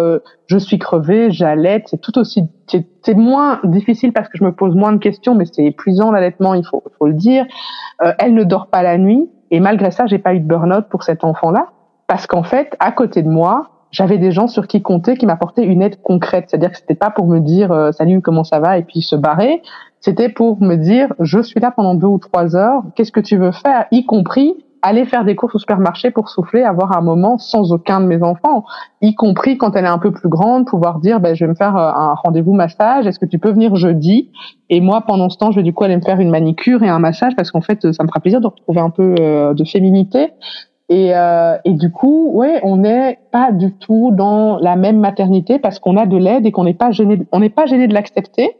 Je suis crevée, j'allaite, c'est tout aussi, c'est moins difficile parce que je me pose moins de questions, mais c'est épuisant l'allaitement, il faut le dire. Elle ne dort pas la nuit et malgré ça, j'ai pas eu de burn-out pour cet enfant-là parce qu'en fait, à côté de moi, j'avais des gens sur qui compter, qui m'apportaient une aide concrète. C'est-à-dire que c'était pas pour me dire salut, comment ça va, et puis se barrer. C'était pour me dire je suis là pendant 2 ou 3 heures. Qu'est-ce que tu veux faire, y compris aller faire des courses au supermarché pour souffler, avoir un moment sans aucun de mes enfants, y compris quand elle est un peu plus grande, pouvoir dire je vais me faire un rendez-vous massage. Est-ce que tu peux venir jeudi? Et moi, pendant ce temps, je vais du coup aller me faire une manicure et un massage parce qu'en fait, ça me fera plaisir de retrouver un peu de féminité. Et du coup, ouais, on n'est pas du tout dans la même maternité parce qu'on a de l'aide et qu'on n'est pas gêné, de l'accepter.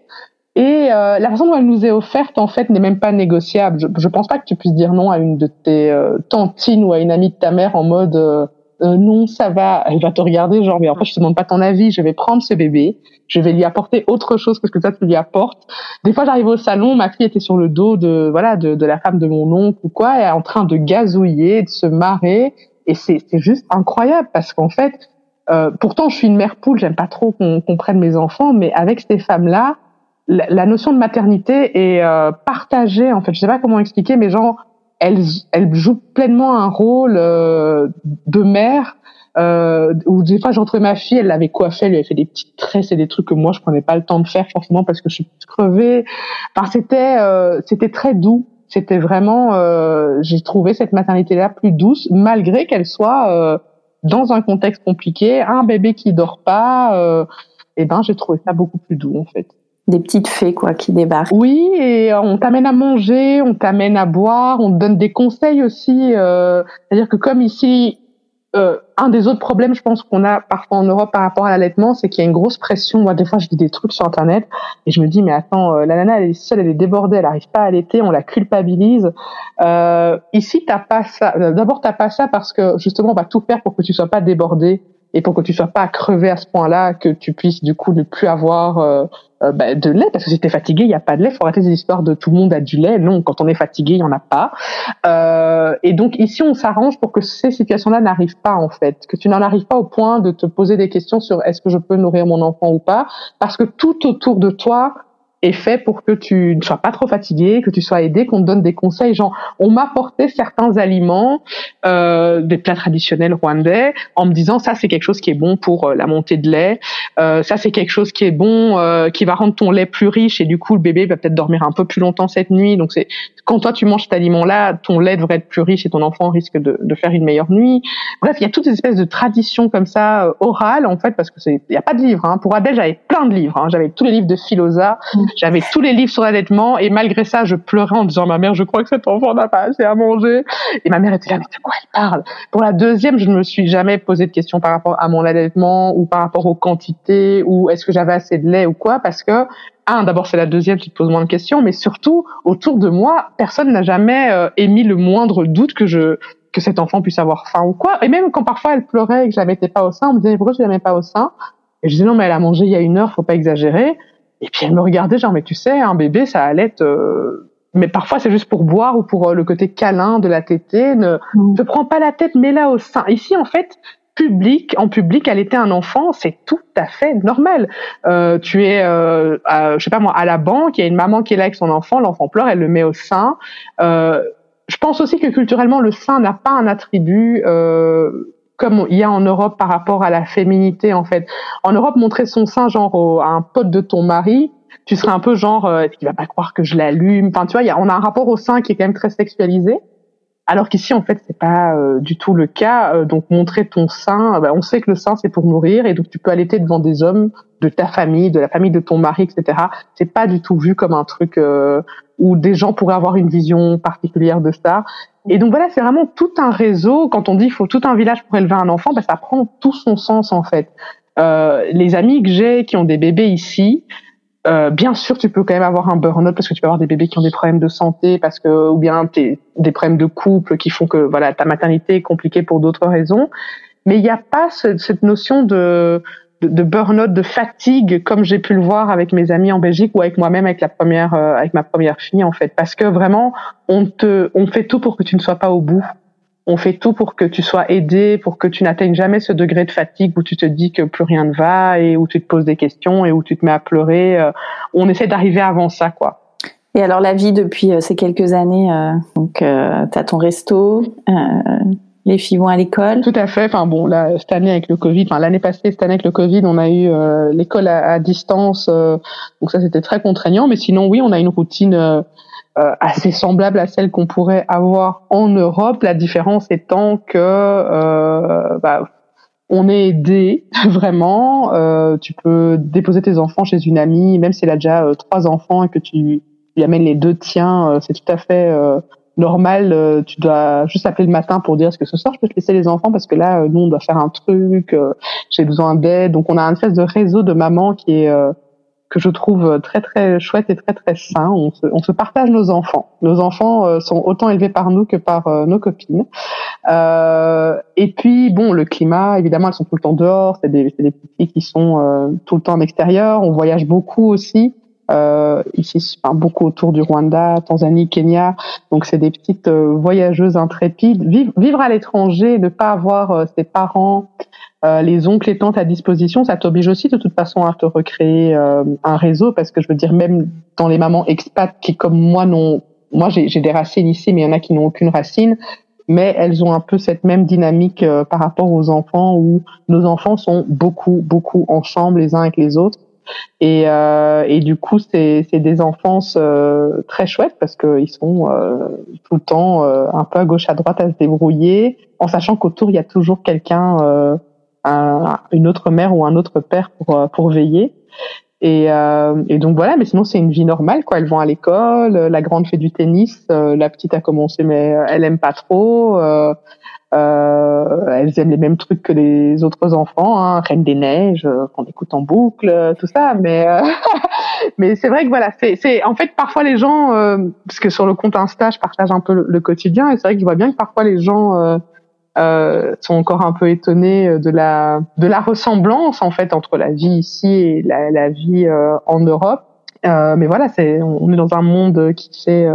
Et la façon dont elle nous est offerte, en fait, n'est même pas négociable. Je pense pas que tu puisses dire non à une de tes tantines ou à une amie de ta mère en mode non, ça va. Elle va te regarder genre, mais en fait, je te demande pas ton avis. Je vais prendre ce bébé, je vais lui apporter autre chose que ce que toi tu lui apportes. Des fois, j'arrive au salon, ma fille était sur le dos de la femme de mon oncle ou quoi, et en train de gazouiller, de se marrer. Et c'est juste incroyable parce qu'en fait, pourtant, je suis une mère poule, j'aime pas trop qu'on prenne mes enfants, mais avec ces femmes-là, la notion de maternité est partagée. En fait, je sais pas comment expliquer, mais genre, elle joue pleinement un rôle de mère. Où des fois, j'ai retrouvé ma fille, elle l'avait coiffée, elle lui avait fait des petites tresses et des trucs que moi, je prenais pas le temps de faire forcément parce que je suis crevée. Enfin, c'était très doux. C'était vraiment, j'ai trouvé cette maternité-là plus douce, malgré qu'elle soit dans un contexte compliqué, un bébé qui dort pas. J'ai trouvé ça beaucoup plus doux en fait. Des petites fées, quoi, qui débarquent. Oui, et on t'amène à manger, on t'amène à boire, on te donne des conseils aussi. C'est-à-dire que comme ici, un des autres problèmes, je pense, qu'on a parfois en Europe par rapport à l'allaitement, c'est qu'il y a une grosse pression. Moi, des fois, je lis des trucs sur Internet et je me dis, mais attends, la nana, elle est seule, elle est débordée, elle n'arrive pas à allaiter, on la culpabilise. Ici, t'as pas ça. D'abord, t'as pas ça parce que justement, on va tout faire pour que tu sois pas débordée et pour que tu sois pas crevé à ce point-là, que tu puisses du coup ne plus avoir de lait, parce que si t'es fatigué, il y a pas de lait. Faut arrêter ces histoires de tout le monde a du lait. Non, quand on est fatigué, il y en a pas. Et donc ici, on s'arrange pour que ces situations-là n'arrivent pas en fait, que tu n'en arrives pas au point de te poser des questions sur est-ce que je peux nourrir mon enfant ou pas, parce que tout autour de toi est fait pour que tu ne sois pas trop fatigué, que tu sois aidé, qu'on te donne des conseils. Genre, on m'a apporté certains aliments, des plats traditionnels rwandais, en me disant ça c'est quelque chose qui est bon pour la montée de lait. Ça c'est quelque chose qui est bon, qui va rendre ton lait plus riche et du coup le bébé va peut-être dormir un peu plus longtemps cette nuit. Donc c'est quand toi tu manges cet aliment-là, ton lait devrait être plus riche et ton enfant risque de faire une meilleure nuit. Bref, il y a toutes ces espèces de traditions comme ça orales en fait, parce que il y a pas de livres. Hein. Pour Adèle, j'avais plein de livres. Hein. J'avais tous les livres de Philosa, j'avais tous les livres sur l'allaitement et malgré ça, je pleurais en disant ma mère, je crois que cet enfant n'a pas assez à manger. Et ma mère était là, mais de quoi elle parle? Pour la deuxième, je ne me suis jamais posé de questions par rapport à mon allaitement ou par rapport aux quantités ou est-ce que j'avais assez de lait ou quoi, parce que d'abord c'est la deuxième qui te pose moins de questions, mais surtout autour de moi, personne n'a jamais émis le moindre doute que cet enfant puisse avoir faim ou quoi. Et même quand parfois elle pleurait et que je la mettais pas au sein, on me disait pourquoi je la mets pas au sein? Et je disais non mais elle a mangé il y a 1 heure, faut pas exagérer. Et puis elle me regardait genre mais tu sais un bébé ça allait mais parfois c'est juste pour boire ou pour le côté câlin de la tétée. Ne te prends pas la tête, mets-la au sein. Ici en fait en public, allaiter un enfant, c'est tout à fait normal. Tu es, je sais pas moi, à la banque, il y a une maman qui est là avec son enfant, l'enfant pleure, elle le met au sein. Je pense aussi que culturellement, le sein n'a pas un attribut comme il y a en Europe par rapport à la féminité en fait. En Europe, montrer son sein genre à un pote de ton mari, tu serais un peu genre, est-ce qu'il va pas croire que je l'allume? Enfin, tu vois, on a un rapport au sein qui est quand même très sexualisé. Alors qu'ici, en fait, c'est pas du tout le cas. Donc, montrer ton sein, on sait que le sein, c'est pour nourrir, et donc tu peux allaiter devant des hommes de ta famille, de la famille de ton mari, etc. C'est pas du tout vu comme un truc où des gens pourraient avoir une vision particulière de ça. Et donc voilà, c'est vraiment tout un réseau. Quand on dit il faut tout un village pour élever un enfant, ça prend tout son sens en fait. Les amis que j'ai qui ont des bébés ici. Bien sûr, tu peux quand même avoir un burn-out parce que tu peux avoir des bébés qui ont des problèmes de santé, ou bien des problèmes de couple qui font que voilà ta maternité est compliquée pour d'autres raisons. Mais il n'y a pas cette notion de burn-out, de fatigue comme j'ai pu le voir avec mes amis en Belgique ou avec moi-même avec ma première fille en fait, parce que vraiment on fait tout pour que tu ne sois pas au bout. On fait tout pour que tu sois aidé, pour que tu n'atteignes jamais ce degré de fatigue où tu te dis que plus rien ne va et où tu te poses des questions et où tu te mets à pleurer. On essaie d'arriver avant ça, quoi. Et alors la vie depuis ces quelques années, t'as ton resto, les filles vont à l'école. Tout à fait. Enfin bon, là cette année avec le Covid, l'année passée, cette année avec le Covid, on a eu l'école à distance, donc ça c'était très contraignant. Mais sinon oui, on a une routine assez semblable à celle qu'on pourrait avoir en Europe. La différence étant que on est aidé vraiment. Tu peux déposer tes enfants chez une amie, même si elle a déjà 3 enfants et que tu lui amènes les 2 tiens, c'est tout à fait normal. Tu dois juste appeler le matin pour dire est-ce que ce soir je peux te laisser les enfants parce que là nous on doit faire un truc, j'ai besoin d'aide. Donc on a un espèce de réseau de mamans qui est que je trouve très très chouette et très très sain. On se partage nos enfants. Nos enfants sont autant élevés par nous que par nos copines. Et puis bon, le climat, évidemment, elles sont tout le temps dehors. C'est des petites filles qui sont tout le temps en extérieur. On voyage beaucoup aussi. Ici, beaucoup autour du Rwanda, Tanzanie, Kenya. Donc c'est des petites voyageuses intrépides. Vivre à l'étranger, ne pas avoir ses parents, les oncles et tantes à disposition, ça t'oblige aussi de toute façon à te recréer un réseau, parce que je veux dire, même dans les mamans expats qui comme moi j'ai des racines ici, mais il y en a qui n'ont aucune racine, mais elles ont un peu cette même dynamique par rapport aux enfants, où nos enfants sont beaucoup ensemble les uns avec les autres. Et du coup c'est des enfances très chouettes parce que ils sont tout le temps un peu à gauche à droite à se débrouiller, en sachant qu'autour il y a toujours quelqu'un, une autre mère ou un autre père pour veiller. Et donc voilà, mais sinon c'est une vie normale quoi. Elles vont à l'école, la grande fait du tennis, la petite a commencé mais elle aime pas trop. Elles aiment les mêmes trucs que les autres enfants, hein, Reine des Neiges, qu'on écoute en boucle, tout ça. Mais mais c'est vrai que voilà, c'est en fait parfois les gens, parce que sur le compte Insta, je partage un peu le quotidien, et c'est vrai que je vois bien que parfois les gens sont encore un peu étonnés de la ressemblance en fait entre la vie ici et la vie en Europe. Mais voilà, on est dans un monde qui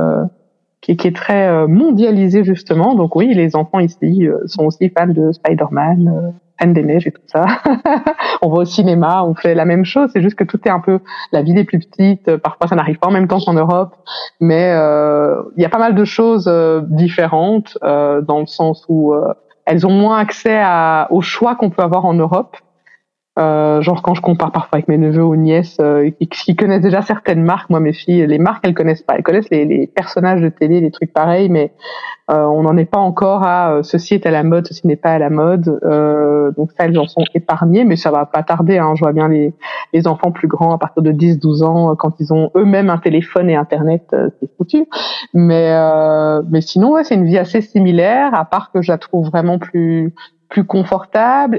est très mondialisé justement. Donc oui, les enfants ici sont aussi fans de Spider-Man, Reine des Neiges et tout ça. On va au cinéma, on fait la même chose. C'est juste que tout est un peu la vie des plus petites. Parfois, ça n'arrive pas en même temps qu'en Europe, mais il y a pas mal de choses différentes dans le sens où elles ont moins accès au choix qu'on peut avoir en Europe. Genre quand je compare parfois avec mes neveux ou nièces qui connaissent déjà certaines marques. Moi, mes filles, les marques, elles connaissent pas. Elles connaissent les personnages de télé, les trucs pareils, mais on n'en est pas encore à ceci est à la mode, ceci n'est pas à la mode. Donc ça, elles en sont épargnées, mais ça va pas tarder. Hein. Je vois bien les enfants plus grands à partir de 10-12 ans, quand ils ont eux-mêmes un téléphone et Internet, c'est foutu. Mais sinon, ouais, c'est une vie assez similaire, à part que je la trouve vraiment plus confortable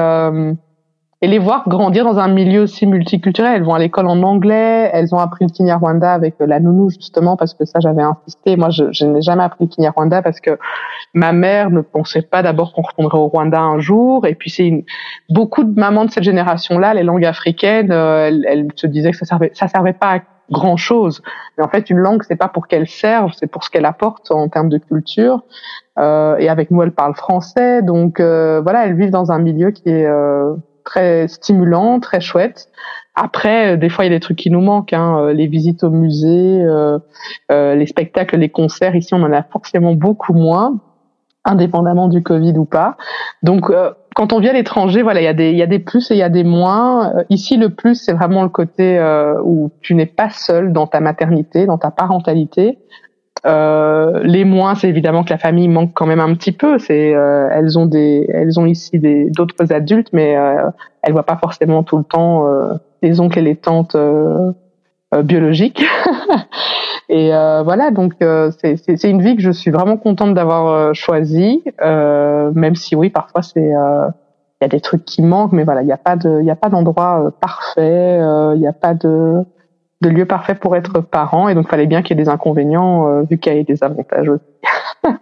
et les voir grandir dans un milieu aussi multiculturel. Elles vont à l'école en anglais, elles ont appris le Kinyarwanda avec la nounou, justement, parce que ça, j'avais insisté. Moi, je n'ai jamais appris le Kinyarwanda parce que ma mère ne pensait pas d'abord qu'on retournerait au Rwanda un jour. Et puis, beaucoup de mamans de cette génération-là, les langues africaines, elles se disaient que ça servait pas à grand chose. Mais en fait, une langue, c'est pas pour qu'elle serve, c'est pour ce qu'elle apporte en termes de culture. Et avec nous, elles parlent français. Donc, voilà, elles vivent dans un milieu qui est, très stimulant, très chouette. Après, des fois, il y a des trucs qui nous manquent, hein, les visites au musée, les spectacles, les concerts. Ici, on en a forcément beaucoup moins, indépendamment du Covid ou pas. Donc, quand on vit à l'étranger, voilà, il y a des plus et il y a des moins. Ici, le plus, c'est vraiment le côté où tu n'es pas seul dans ta maternité, dans ta parentalité. Les moins, c'est évidemment que la famille manque quand même un petit peu. Elles ont ici d'autres adultes, mais elles voient pas forcément tout le temps les oncles et les tantes biologiques. Et voilà, donc c'est une vie que je suis vraiment contente d'avoir choisie, même si oui, parfois il y a des trucs qui manquent, mais voilà, il y a pas d'endroit parfait, il y a pas de lieu parfait pour être parent, et donc il fallait bien qu'il y ait des inconvénients vu qu'il y a des avantages aussi.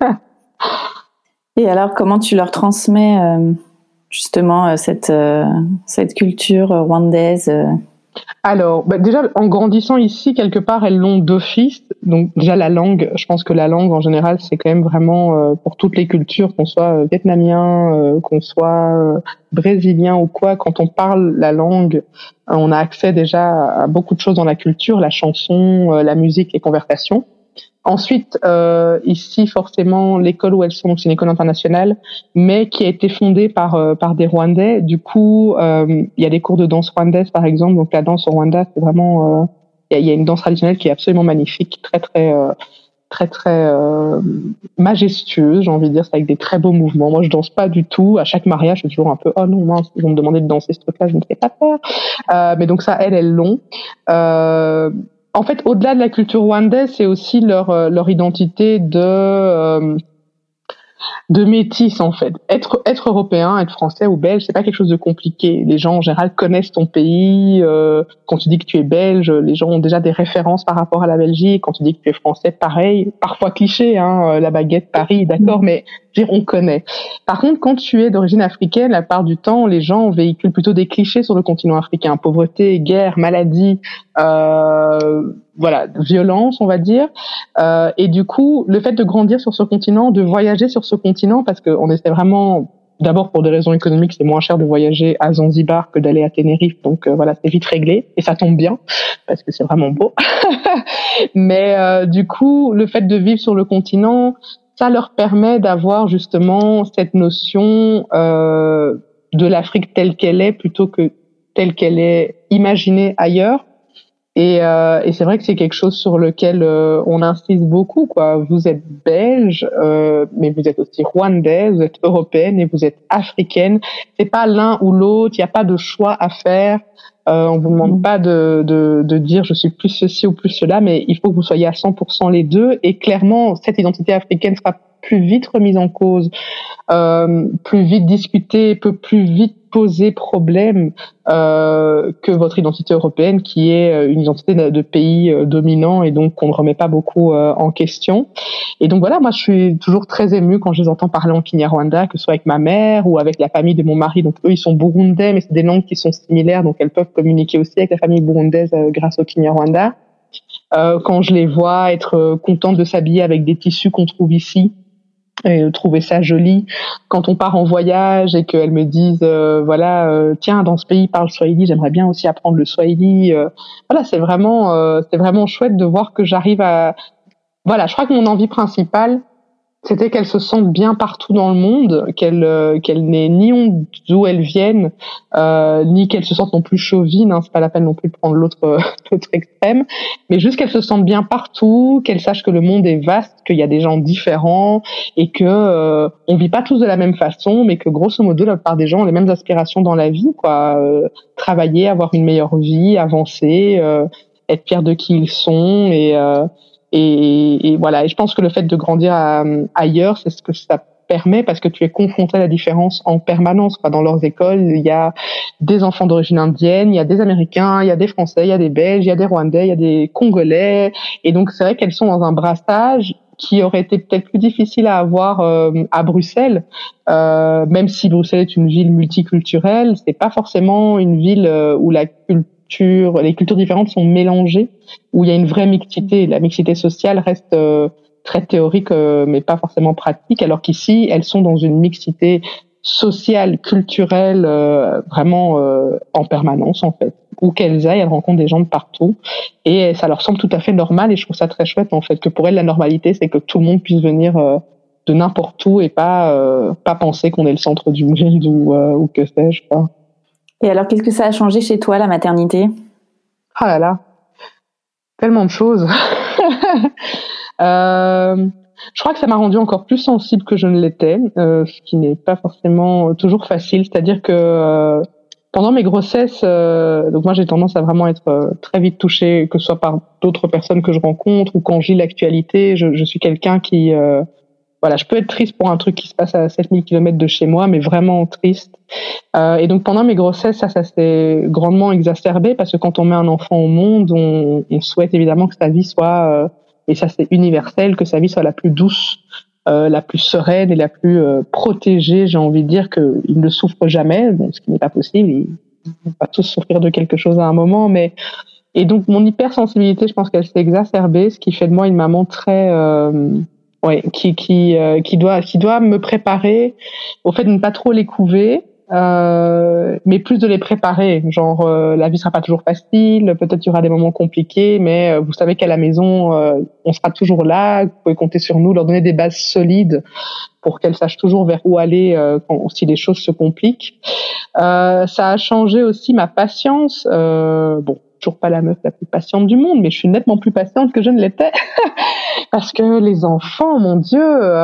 Et alors, comment tu leur transmets justement cette culture rwandaise Alors, déjà, en grandissant ici, quelque part, elles l'ont d'office. Donc déjà, la langue, je pense que la langue, en général, c'est quand même vraiment pour toutes les cultures, qu'on soit vietnamien, qu'on soit brésilien ou quoi, quand on parle la langue, on a accès déjà à beaucoup de choses dans la culture, la chanson, la musique, les conversations. Ensuite, ici, forcément, l'école où elles sont, c'est une école internationale, mais qui a été fondée par des Rwandais. Du coup, il y a des cours de danse rwandaise, par exemple. Donc, la danse au Rwanda, c'est vraiment, il y a une danse traditionnelle qui est absolument magnifique, très majestueuse, j'ai envie de dire, c'est avec des très beaux mouvements. Moi, je danse pas du tout. À chaque mariage, je suis toujours un peu, oh non, mince, ils vont me demander de danser ce truc-là, je ne sais pas faire. Mais donc ça, elles l'ont. En fait, au-delà de la culture rwandaise, c'est aussi leur identité de métis, en fait. Être européen, être français ou belge, c'est pas quelque chose de compliqué. Les gens, en général, connaissent ton pays. Quand tu dis que tu es belge, les gens ont déjà des références par rapport à la Belgique. Quand tu dis que tu es français, pareil. Parfois cliché, hein, la baguette, Paris, d'accord, mais je veux dire, on connaît. Par contre, quand tu es d'origine africaine, la part du temps, les gens véhiculent plutôt des clichés sur le continent africain. Pauvreté, guerre, maladie, voilà, violence, on va dire. Et du coup, le fait de grandir sur ce continent, de voyager sur ce continent, parce qu'on essaie vraiment, d'abord pour des raisons économiques, c'est moins cher de voyager à Zanzibar que d'aller à Tenerife, donc voilà, c'est vite réglé, et ça tombe bien, parce que c'est vraiment beau. Mais du coup, le fait de vivre sur le continent, ça leur permet d'avoir justement cette notion de l'Afrique telle qu'elle est, plutôt que telle qu'elle est imaginée ailleurs. Et c'est vrai que c'est quelque chose sur lequel on insiste beaucoup, quoi. Vous êtes belge, mais vous êtes aussi rwandaise, vous êtes européenne et vous êtes africaine. C'est pas l'un ou l'autre. Il n'y a pas de choix à faire. On vous demande pas de dire je suis plus ceci ou plus cela, mais il faut que vous soyez à 100% les deux. Et clairement, cette identité africaine sera plus vite remise en cause, plus vite discutée, peut plus vite poser problème que votre identité européenne, qui est une identité de pays dominant et donc qu'on ne remet pas beaucoup en question. Et donc voilà, moi je suis toujours très émue quand je les entends parler en Kinyarwanda, que ce soit avec ma mère ou avec la famille de mon mari. Donc eux, ils sont burundais, mais c'est des langues qui sont similaires, donc elles peuvent communiquer aussi avec la famille burundaise grâce au Kinyarwanda. Quand je les vois être contentes de s'habiller avec des tissus qu'on trouve ici, et trouver ça joli. Quand on part en voyage et qu'elles me disent tiens, dans ce pays parle Swahili, j'aimerais bien aussi apprendre le Swahili. Voilà, c'est vraiment chouette de voir que j'arrive à, voilà, je crois que mon envie principale, C'était qu'elles se sentent bien partout dans le monde, qu'elles n'aient ni honte d'où elles viennent, ni qu'elles se sentent non plus chauvines, hein, c'est pas la peine non plus de prendre l'autre extrême, mais juste qu'elles se sentent bien partout, qu'elles sachent que le monde est vaste, qu'il y a des gens différents et que on vit pas tous de la même façon, mais que grosso modo la plupart des gens ont les mêmes aspirations dans la vie, quoi. Travailler, avoir une meilleure vie, avancer, être fiers de qui ils sont et voilà. Et je pense que le fait de grandir ailleurs, c'est ce que ça permet parce que tu es confronté à la différence en permanence. Dans leurs écoles, il y a des enfants d'origine indienne, il y a des Américains, il y a des Français, il y a des Belges, il y a des Rwandais, il y a des Congolais. Et donc, c'est vrai qu'elles sont dans un brassage qui aurait été peut-être plus difficile à avoir à Bruxelles, même si Bruxelles est une ville multiculturelle, c'est pas forcément une ville où les cultures différentes sont mélangées, où il y a une vraie mixité. La mixité sociale reste très théorique, mais pas forcément pratique, alors qu'ici, elles sont dans une mixité sociale, culturelle, vraiment en permanence, en fait. Où qu'elles aillent, elles rencontrent des gens de partout, et ça leur semble tout à fait normal, et je trouve ça très chouette, en fait, que pour elles, la normalité, c'est que tout le monde puisse venir de n'importe où, et pas penser qu'on est le centre du monde, ou que sais-je, quoi. Et alors, qu'est-ce que ça a changé chez toi, la maternité? Ah là là, tellement de choses. Je crois que ça m'a rendue encore plus sensible que je ne l'étais, ce qui n'est pas forcément toujours facile. C'est-à-dire que pendant mes grossesses, donc moi j'ai tendance à vraiment être très vite touchée, que ce soit par d'autres personnes que je rencontre ou quand je lis l'actualité. Je suis quelqu'un qui... voilà, je peux être triste pour un truc qui se passe à 7000 km de chez moi, mais vraiment triste. Et donc pendant mes grossesses, ça s'est grandement exacerbé parce que quand on met un enfant au monde, on souhaite évidemment que sa vie soit, et ça c'est universel, que sa vie soit la plus douce, la plus sereine et la plus protégée. J'ai envie de dire qu'il ne souffre jamais, bon, ce qui n'est pas possible. Il va tous souffrir de quelque chose à un moment, mais et donc mon hypersensibilité, je pense qu'elle s'est exacerbée, ce qui fait de moi une maman très qui doit me préparer au fait de ne pas trop les couver, mais plus de les préparer. Genre, la vie sera pas toujours facile, peut-être il y aura des moments compliqués, mais vous savez qu'à la maison, on sera toujours là, vous pouvez compter sur nous, leur donner des bases solides pour qu'elles sachent toujours vers où aller si les choses se compliquent. Ça a changé aussi ma patience. Bon, toujours pas la meuf la plus patiente du monde, mais je suis nettement plus patiente que je ne l'étais. Parce que les enfants, mon Dieu,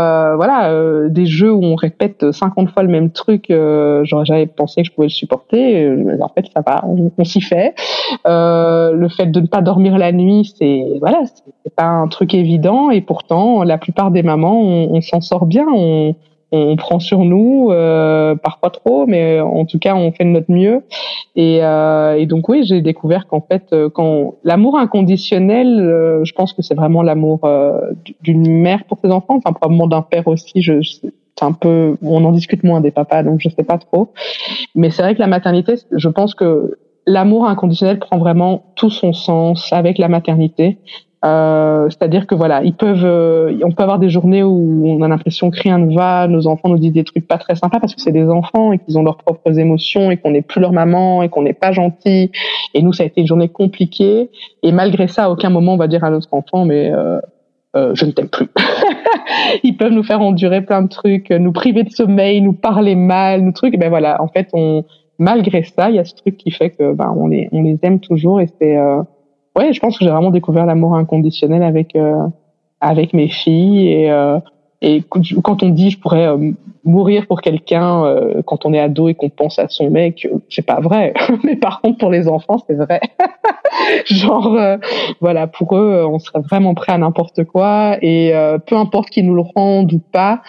des jeux où on répète 50 fois le même truc, j'avais pensé que je pouvais le supporter. En fait, ça va, on s'y fait. Le fait de ne pas dormir la nuit, c'est pas un truc évident, et pourtant, la plupart des mamans, on s'en sort bien. On prend sur nous, parfois trop, mais en tout cas, on fait de notre mieux. Et donc oui, j'ai découvert qu'en fait, quand l'amour inconditionnel, je pense que c'est vraiment l'amour d'une mère pour ses enfants, enfin probablement d'un père aussi. C'est un peu, on en discute moins des papas, donc je sais pas trop. Mais c'est vrai que la maternité, je pense que l'amour inconditionnel prend vraiment tout son sens avec la maternité. C'est-à-dire que voilà, on peut avoir des journées où on a l'impression que rien ne va, nos enfants nous disent des trucs pas très sympas parce que c'est des enfants et qu'ils ont leurs propres émotions et qu'on n'est plus leur maman et qu'on n'est pas gentil. Et nous, ça a été une journée compliquée. Et malgré ça, à aucun moment on va dire à notre enfant, mais je ne t'aime plus. Ils peuvent nous faire endurer plein de trucs, nous priver de sommeil, nous parler mal, nous trucs. Et ben voilà, en fait, malgré ça, il y a ce truc qui fait que on les aime toujours, et c'est ouais, je pense que j'ai vraiment découvert l'amour inconditionnel avec mes filles, et quand on dit je pourrais mourir pour quelqu'un quand on est ado et qu'on pense à son mec, c'est pas vrai. Mais par contre pour les enfants, c'est vrai. Genre voilà, pour eux, on serait vraiment prêt à n'importe quoi, et peu importe qu'ils nous le rendent ou pas.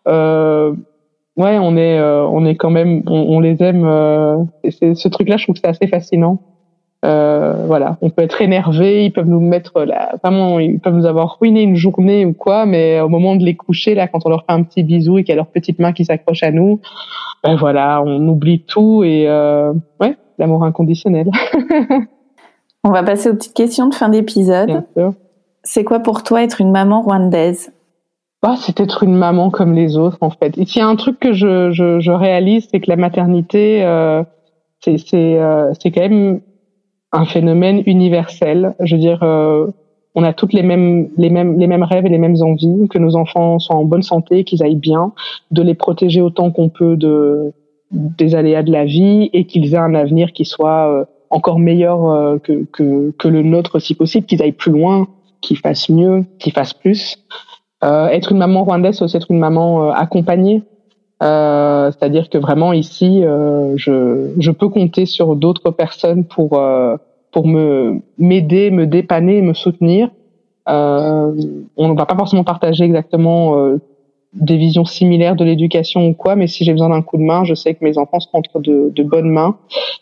Ouais, on est quand même, on les aime. C'est ce truc-là, je trouve que c'est assez fascinant. Voilà, on peut être énervé, ils peuvent nous mettre là, vraiment, ils peuvent nous avoir ruiné une journée ou quoi, mais au moment de les coucher là, quand on leur fait un petit bisou et qu'il y a leurs petites mains qui s'accrochent à nous, ben voilà, on oublie tout, et ouais, l'amour inconditionnel. On va passer aux petites questions de fin d'épisode. Bien sûr. C'est quoi pour toi être une maman rwandaise? C'est être une maman comme les autres, en fait. Et s'il y a un truc que je réalise, c'est que la maternité, c'est quand même un phénomène universel. Je veux dire, on a toutes les mêmes rêves et les mêmes envies, que nos enfants soient en bonne santé, qu'ils aillent bien, de les protéger autant qu'on peut des aléas de la vie et qu'ils aient un avenir qui soit encore meilleur que le nôtre si possible, qu'ils aillent plus loin, qu'ils fassent mieux, qu'ils fassent plus. Être une maman rwandaise, c'est aussi être une maman accompagnée. C'est-à-dire que vraiment ici, je peux compter sur d'autres personnes pour m'aider, me dépanner, me soutenir. On ne va pas forcément partager exactement des visions similaires de l'éducation ou quoi, mais si j'ai besoin d'un coup de main, je sais que mes enfants seront entre de bonnes mains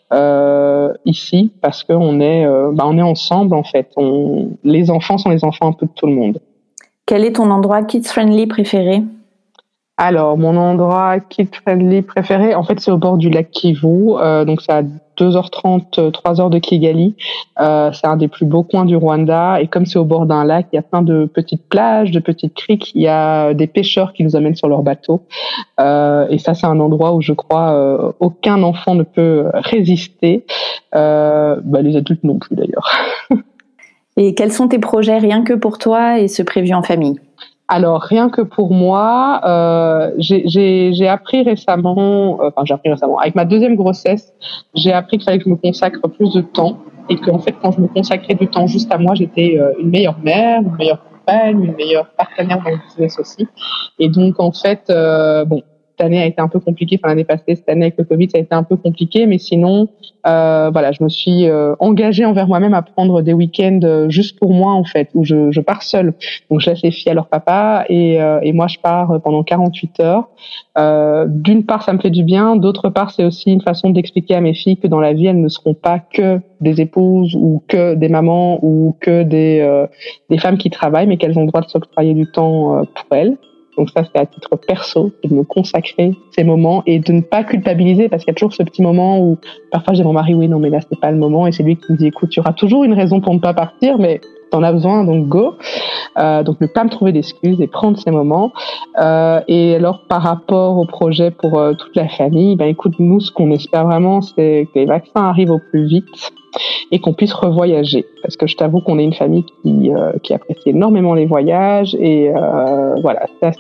ici, parce que on est ensemble en fait. Les enfants sont les enfants un peu de tout le monde. Quel est ton endroit kids-friendly préféré ? Alors, mon endroit kid-friendly préféré, en fait, c'est au bord du lac Kivu. Donc, c'est à 2h30, 3h de Kigali. C'est un des plus beaux coins du Rwanda. Et comme c'est au bord d'un lac, il y a plein de petites plages, de petites criques. Il y a des pêcheurs qui nous amènent sur leur bateau. Et ça, c'est un endroit où je crois aucun enfant ne peut résister. Les adultes non plus, d'ailleurs. Et quels sont tes projets rien que pour toi et ce prévu en famille ? Alors, rien que pour moi, j'ai appris récemment, avec ma deuxième grossesse, j'ai appris qu'il fallait que je me consacre plus de temps et qu'en fait, quand je me consacrais du temps juste à moi, j'étais une meilleure mère, une meilleure compagne, une meilleure partenaire dans le business aussi. Et donc, en fait, cette année a été un peu compliquée, l'année passée, cette année avec le Covid, ça a été un peu compliqué, mais sinon, je me suis engagée envers moi-même à prendre des week-ends juste pour moi, en fait, où je pars seule. Donc, je laisse les filles à leur papa et moi, je pars pendant 48 heures. D'une part, ça me fait du bien. D'autre part, c'est aussi une façon d'expliquer à mes filles que dans la vie, elles ne seront pas que des épouses ou que des mamans ou que des femmes qui travaillent, mais qu'elles ont le droit de s'octroyer du temps pour elles. Donc ça, c'est à titre perso, de me consacrer ces moments et de ne pas culpabiliser, parce qu'il y a toujours ce petit moment où parfois je dis à mon mari, oui, non, mais là, c'est pas le moment. Et c'est lui qui me dit, écoute, tu auras toujours une raison pour ne pas partir, mais t'en as besoin, donc go. Donc ne pas me trouver d'excuses et prendre ces moments. Et alors, par rapport au projet pour toute la famille, écoute, nous, ce qu'on espère vraiment, c'est que les vaccins arrivent au plus vite et qu'on puisse revoyager, parce que je t'avoue qu'on est une famille qui apprécie énormément les voyages et ça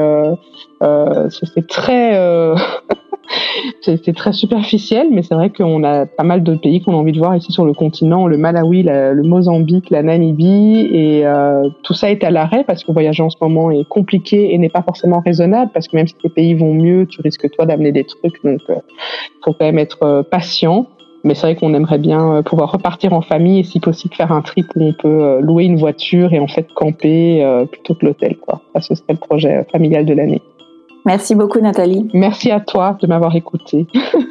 c'est très c'est très superficiel, mais c'est vrai qu'on a pas mal de pays qu'on a envie de voir ici sur le continent, le Malawi, le Mozambique, la Namibie, et tout ça est à l'arrêt parce que voyager en ce moment est compliqué et n'est pas forcément raisonnable, parce que même si les pays vont mieux, tu risques toi d'amener des trucs, donc faut quand même être patient. Mais c'est vrai qu'on aimerait bien pouvoir repartir en famille et si possible faire un trip où on peut louer une voiture et en fait camper plutôt que l'hôtel, quoi. Ça, ce serait le projet familial de l'année. Merci beaucoup Nathalie. Merci à toi de m'avoir écoutée.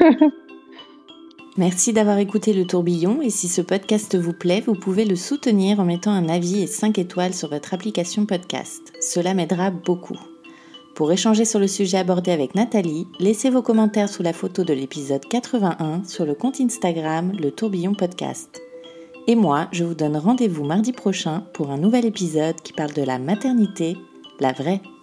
Merci d'avoir écouté Le Tourbillon et si ce podcast vous plaît, vous pouvez le soutenir en mettant un avis et 5 étoiles sur votre application podcast. Cela m'aidera beaucoup. Pour échanger sur le sujet abordé avec Nathalie, laissez vos commentaires sous la photo de l'épisode 81 sur le compte Instagram Le Tourbillon Podcast. Et moi, je vous donne rendez-vous mardi prochain pour un nouvel épisode qui parle de la maternité, la vraie.